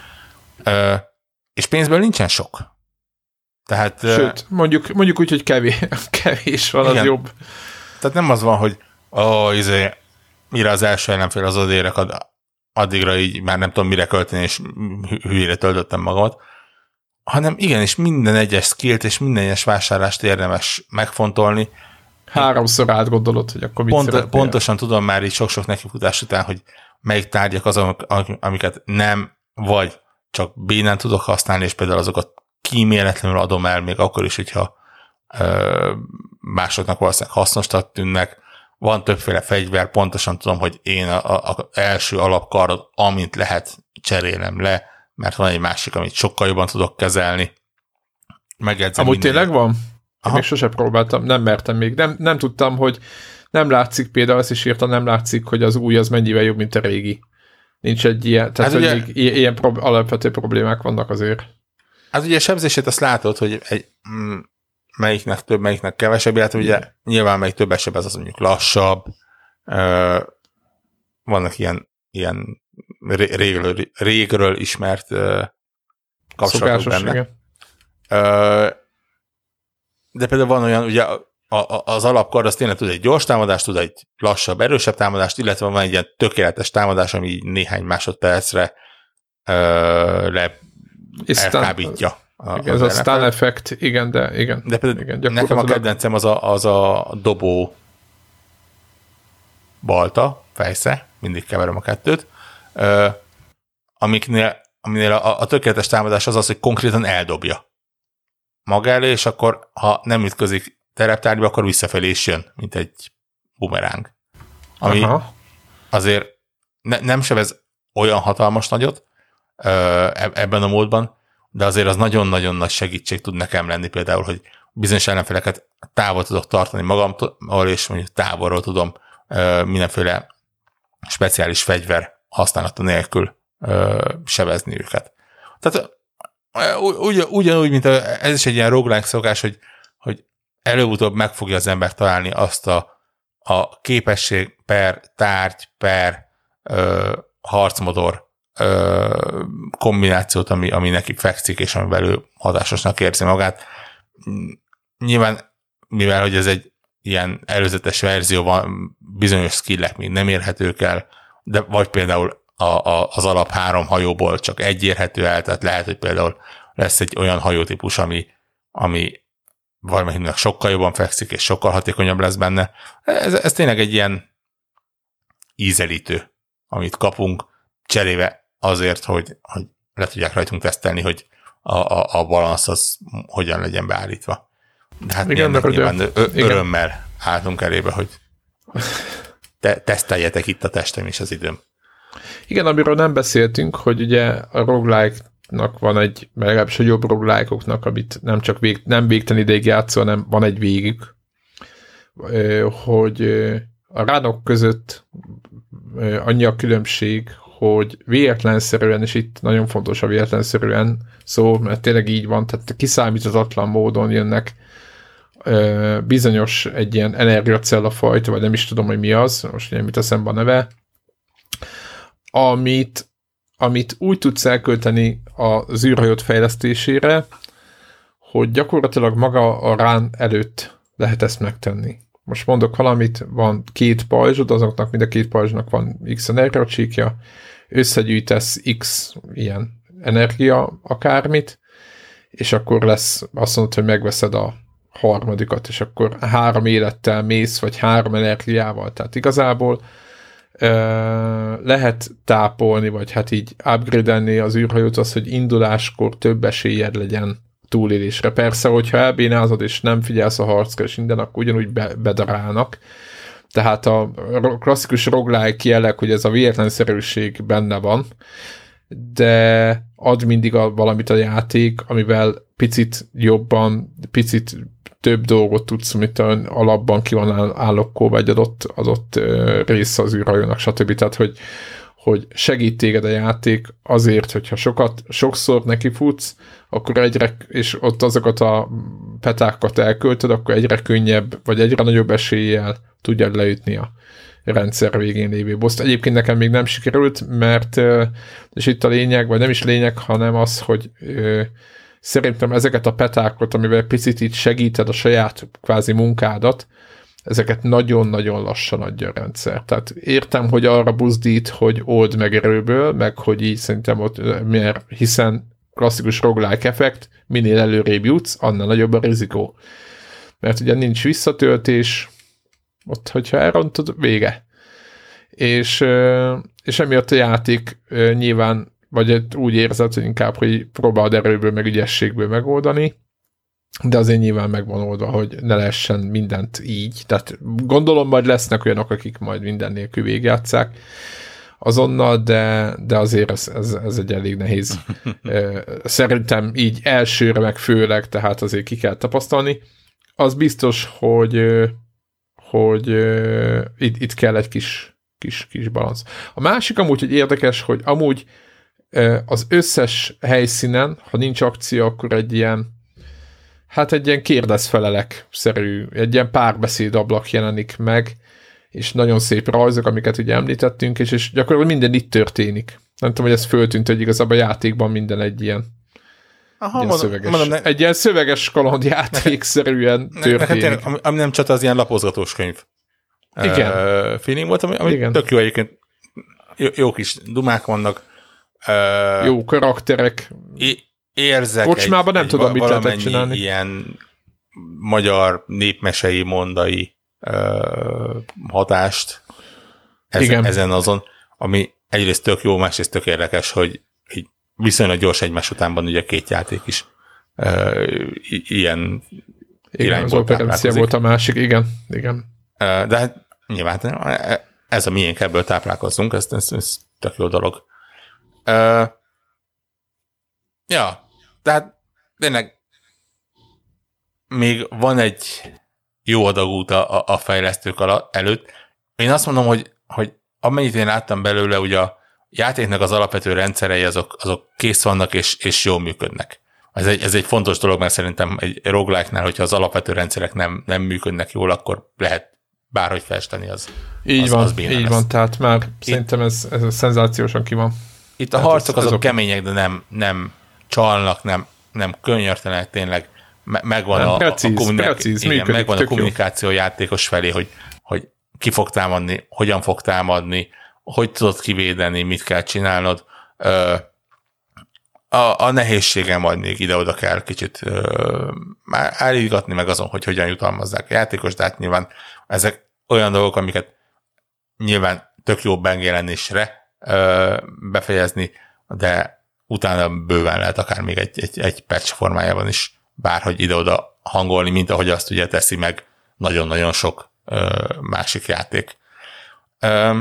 És pénzből nincsen sok. Tehát, Sőt, mondjuk, mondjuk úgy, hogy kevés, kevés van, igen. Az jobb. Tehát nem az van, hogy ó, izé, mire az első ellenfél az odérek, addigra így már nem tudom mire költeni, és hülyére töltöttem magamat, hanem igenis minden egyes skillt és minden egyes vásárlást érdemes megfontolni. Háromszor átgondolod, hogy akkor mit Pont, szeretnél. Pontosan tudom már így sok-sok nekifutás után, hogy melyik tárgyak azok, amiket nem, vagy csak bénán tudok használni, és például azokat kíméletlenül adom el, még akkor is, hogyha másoknak valószínűleg hasznosnak tűnnek. Van többféle fegyver, pontosan tudom, hogy én az első alapkardot, amint lehet, cserélem le, mert van egy másik, amit sokkal jobban tudok kezelni. Megjegyzem Amúgy minden... tényleg van? Én még sose próbáltam, nem mertem még. Nem, nem tudtam, hogy nem látszik, például ezt is írtam, nem látszik, hogy az új az mennyivel jobb, mint a régi. Nincs egy ilyen, tehát hát hogy ugye, ilyen prob- alapvető problémák vannak azért. Hát ugye a sebzését azt látod, hogy egy, mm, melyiknek több, melyiknek kevesebb, illetve ugye nyilván melyik több esetben az, az mondjuk lassabb, ö, vannak ilyen, ilyen régről, régről ismert ö, kapcsolatok benne. Ö, de például van olyan, ugye a, a, az alapkard az tényleg tud egy gyors támadást, tud egy lassabb, erősebb támadást, illetve van egy ilyen tökéletes támadás, ami így néhány másodpercre ö, le elkábítja. A, igen, ez a stun effect, igen, de igen. De például igen, nekem a kedvencem az a, az a dobó balta, fejsze, mindig keverem a kettőt, ö, amiknél, aminél a, a tökéletes támadás az az, hogy konkrétan eldobja maga elé, és akkor, ha nem ütközik tereptárgyba, akkor visszafelé is jön, mint egy bumeráng. Ami Aha. azért ne, nem sebez olyan hatalmas nagyot ö, ebben a módban, de azért az nagyon-nagyon nagy segítség tud nekem lenni, például, hogy bizonyos ellenfeleket távol tudok tartani magamtól, és mondjuk távolról tudom ö, mindenféle speciális fegyver használata nélkül ö, sebezni őket. Tehát ugy, ugyanúgy, mint a, ez is egy ilyen roguelike szokás, hogy, hogy előbb-utóbb meg fogja az ember találni azt a, a képesség per tárgy, per ö, harcmotor ö, kombinációt, ami, ami neki fekszik, és amivel ő hatásosnak érzi magát. Nyilván, mivel hogy ez egy ilyen előzetes verzió van, bizonyos skillek még nem érhetők el, de vagy például a, a, az alap három hajóból csak egy érhető el, tehát lehet, hogy például lesz egy olyan hajótípus, ami, ami valamelyinek sokkal jobban fekszik, és sokkal hatékonyabb lesz benne. Ez, ez tényleg egy ilyen ízelítő, amit kapunk, cserébe azért, hogy, hogy le tudják rajtunk tesztelni, hogy a, a, a balansz az hogyan legyen beállítva. De hát igen, mi nyilván ö- örömmel álltunk elébe, hogy te, teszteljetek itt a testem és az időm. Igen, amiről nem beszéltünk, hogy ugye a roguelike-nak van egy, legalábbis a jobb roguelike-oknak, amit nem csak vég, nem végtelen ideig játszol, hanem van egy végük, hogy a ránok között annyi a különbség, hogy véletlenszerűen, és itt nagyon fontos a véletlenszerűen szó, mert tényleg így van, tehát kiszámíthatatlan módon jönnek bizonyos egy ilyen energiacella fajta, vagy nem is tudom, hogy mi az, most ugye mit eszembe a neve, amit, amit úgy tudsz elkölteni az űrhajót fejlesztésére, hogy gyakorlatilag maga a rán előtt lehet ezt megtenni. Most mondok valamit, van két pajzsod, azoknak mind a két pajzsnak van X energiacsíkja, összegyűjtesz X ilyen energia akármit, és akkor lesz, azt mondod, hogy megveszed a harmadikat, és akkor három élettel mész, vagy három energiával. Tehát igazából lehet tápolni, vagy hát így upgrade-elni az űrhajót az, hogy induláskor több esélyed legyen túlélésre. Persze, hogyha elbénázod, és nem figyelsz a harcra, és minden, akkor ugyanúgy be, bedarálnak. Tehát a klasszikus roguelike jelleg, hogy ez a véletlenszerűség benne van, de ad mindig a, valamit a játék, amivel picit jobban, picit több dolgot tudsz, mint alapban ki van állokkolva egy adott, adott része az űrhajónak, stb. Tehát, hogy, hogy segít téged a játék azért, hogyha sokat, sokszor nekifutsz, akkor egyre, és ott azokat a petákat elköltöd, akkor egyre könnyebb, vagy egyre nagyobb eséllyel tudjad leütni a rendszer végén lévő boszt. Egyébként nekem még nem sikerült, mert, és itt a lényeg, vagy nem is lényeg, hanem az, hogy szerintem ezeket a petákat, amivel picit itt segíted a saját kvázi munkádat, ezeket nagyon-nagyon lassan adja a rendszer. Tehát értem, hogy arra buzdít, hogy old meg erőből, meg hogy így szerintem ott, mert hiszen klasszikus roguelike effekt, minél előrébb jutsz, annál nagyobb a rizikó. Mert ugye nincs visszatöltés, ott, hogyha elrontod, vége. És, és emiatt a játék nyilván, vagy úgy érzed, hogy inkább, hogy próbáld erőből, meg ügyességből megoldani, de azért nyilván megvan oldva, hogy ne lehessen mindent így. Tehát gondolom majd lesznek olyanok, akik majd minden nélkül végigjátsszák azonnal, de, de azért ez, ez, ez egy elég nehéz. Szerintem így elsőre meg főleg, tehát azért ki kell tapasztalni. Az biztos, hogy, hogy itt, itt kell egy kis, kis, kis balansz. A másik amúgy, hogy érdekes, hogy amúgy az összes helyszínen, ha nincs akció, akkor egy ilyen hát egy ilyen kérdezfelelek-szerű, egy ilyen párbeszéd ablak jelenik meg, és nagyon szép rajzok, amiket ugye említettünk, és, és gyakorlatilag minden itt történik. Nem tudom, hogy ez föltűnt, hogy igazából a játékban minden egy ilyen, Aha, ilyen mondom, szöveges, mondom, ne, egy ilyen szöveges kalandjátékszerűen történik. Nekem, ami, ami nem csak az ilyen lapozgatós könyv. Igen. Uh, feeling volt, ami, ami Igen. tök jó egyébként. Jó, jó kis dumák vannak. Uh, jó karakterek. É, érzek Kocsmában egy, nem tudom, mit lehetett csinálni. Ilyen magyar népmesei, mondai uh, hatást ezen, ezen azon, ami egyrészt tök jó, másrészt tök érdekes, hogy így viszonylag gyors egymás után van ugye két játék is uh, ilyen igen, az operencia volt a másik, igen, igen. Uh, de hát nyilván ez a miénk, ebből táplálkozzunk, ez, ez, ez tök jó dolog. Uh, ja, tehát tényleg még van egy jó adag út a, a fejlesztők alatt, előtt. Én azt mondom, hogy, hogy amennyit én láttam belőle, ugye a játéknak az alapvető rendszerei azok, azok kész vannak és, és jól működnek. Ez egy, ez egy fontos dolog, mert szerintem egy roguelike-nál, hogyha az alapvető rendszerek nem, nem működnek jól, akkor lehet bárhogy festeni az. Így az, van, az így lesz. Van, tehát már itt, szerintem ez, ez szenzációsan ki van. Itt a harcok ez, azok ez kemények, de nem, nem csalnak, nem, nem könnyörtelenek, tényleg megvan nem, a, precíz, a, kommunikáció, precíz, igen, működik, megvan a kommunikáció jó. Játékos felé, hogy, hogy ki fog támadni, hogyan fog támadni, hogy tudod kivédeni, mit kell csinálnod. A, a nehézségem majd még ide-oda kell kicsit már állítgatni meg azon, hogy hogyan jutalmazzák a játékos, de hát nyilván ezek olyan dolgok, amiket nyilván tök jó megjelenésre befejezni, de utána bőven lehet akár még egy, egy, egy patch formájában is bárhogy ide-oda hangolni, mint ahogy azt ugye teszi meg nagyon-nagyon sok ö, másik játék. Ö,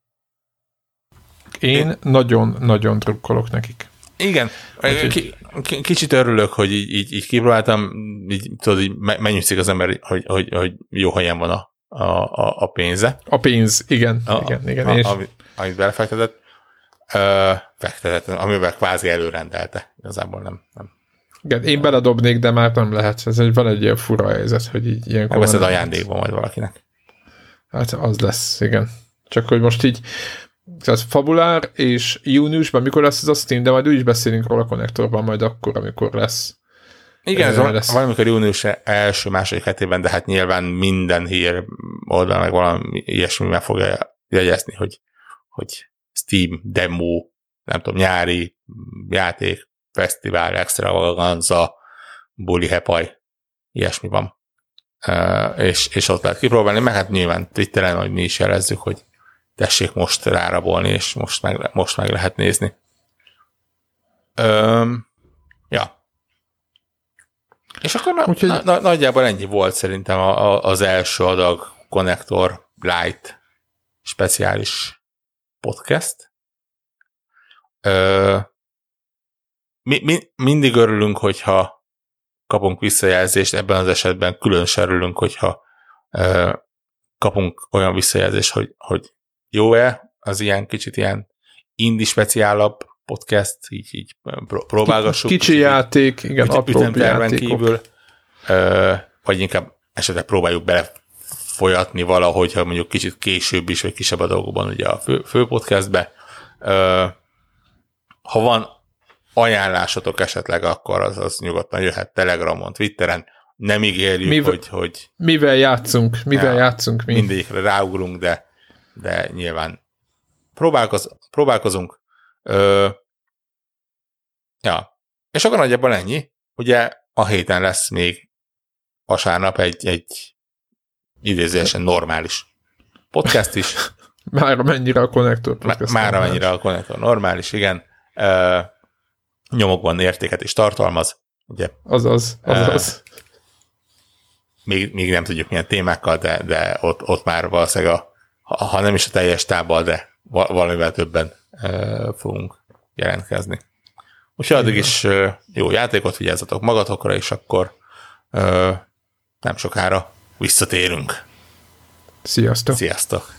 én nagyon-nagyon drukkolok nekik. Igen, k- k- kicsit örülök, hogy így, így, így kipróbáltam, így, tudod, így mennyűszik az ember, hogy, hogy, hogy jó helyen van a, a, a pénze. A pénz, igen. A, igen, igen a, és... amit, amit belefektetett, uh, fektetett, amivel kvázi előrendelte. Igazából nem. nem. Igen, én beledobnék, de már nem lehet. Ez egy, van egy ilyen fura helyzet, hogy így ilyenkor... Megveszed ajándékban majd valakinek. Hát az lesz, igen. Csak hogy most így tehát Fabulár és júniusban mikor lesz ez a Steam, de majd úgy is beszélünk róla a konnektorban majd akkor, amikor lesz. Igen, ez lesz. Valamikor június első, második hetében, de hát nyilván minden hír oldal meg valami ilyesmi meg fogja jegyezni, hogy, hogy Steam demo, nem tudom, nyári játék, fesztivál, extravaganza, buli hepaj, ilyesmi van. Uh, és, és ott lehet kipróbálni, meg hát nyilván Twitteren, hogy mi is jelezzük, hogy tessék most rárabolni, és most meg, most meg lehet nézni. Um, ja. És akkor na, Úgyhogy... na, na, nagyjából ennyi volt szerintem a, a, az első adag Konnektor Lite speciális podcast. Uh, mi, mi, mindig örülünk, hogyha kapunk visszajelzést, ebben az esetben különösen örülünk, hogyha uh, kapunk olyan visszajelzést, hogy, hogy jó-e az ilyen kicsit ilyen indie speciálabb podcast, így, így próbálgassuk. Kicsi így, játék, igen, apróbb játékok. Kívül, vagy inkább esetleg próbáljuk belefolyatni valahogy, ha mondjuk kicsit később is, vagy kisebb adagokban ugye a fő, fő podcastbe. Ha van ajánlásotok esetleg, akkor az, az nyugodtan jöhet Telegramon, Twitteren. Nem ígérjük, mivel, hogy, hogy... Mivel játszunk, mivel ja, játszunk mi. Mindegyikre ráugrunk, de, de nyilván próbálkoz, próbálkozunk. Ö, ja. És akkor nagyjából ennyi. Ugye a héten lesz még vasárnap egy, egy idézősen normális podcast is. Mára mennyire a Konnektor podcast. Mára mennyire a Konnektor normális, igen. Ö, nyomokban értéket is tartalmaz. Ugye? Azaz, azaz. Uh, még, még nem tudjuk milyen témákkal, de, de ott, ott már valószínűleg, a, ha, ha nem is a teljes tábbal, de valamivel többen uh, fogunk jelentkezni. Úgyhogy addig is uh, jó játékot, vigyázzatok magatokra, és akkor uh, nem sokára visszatérünk. Sziasztok! Sziasztok!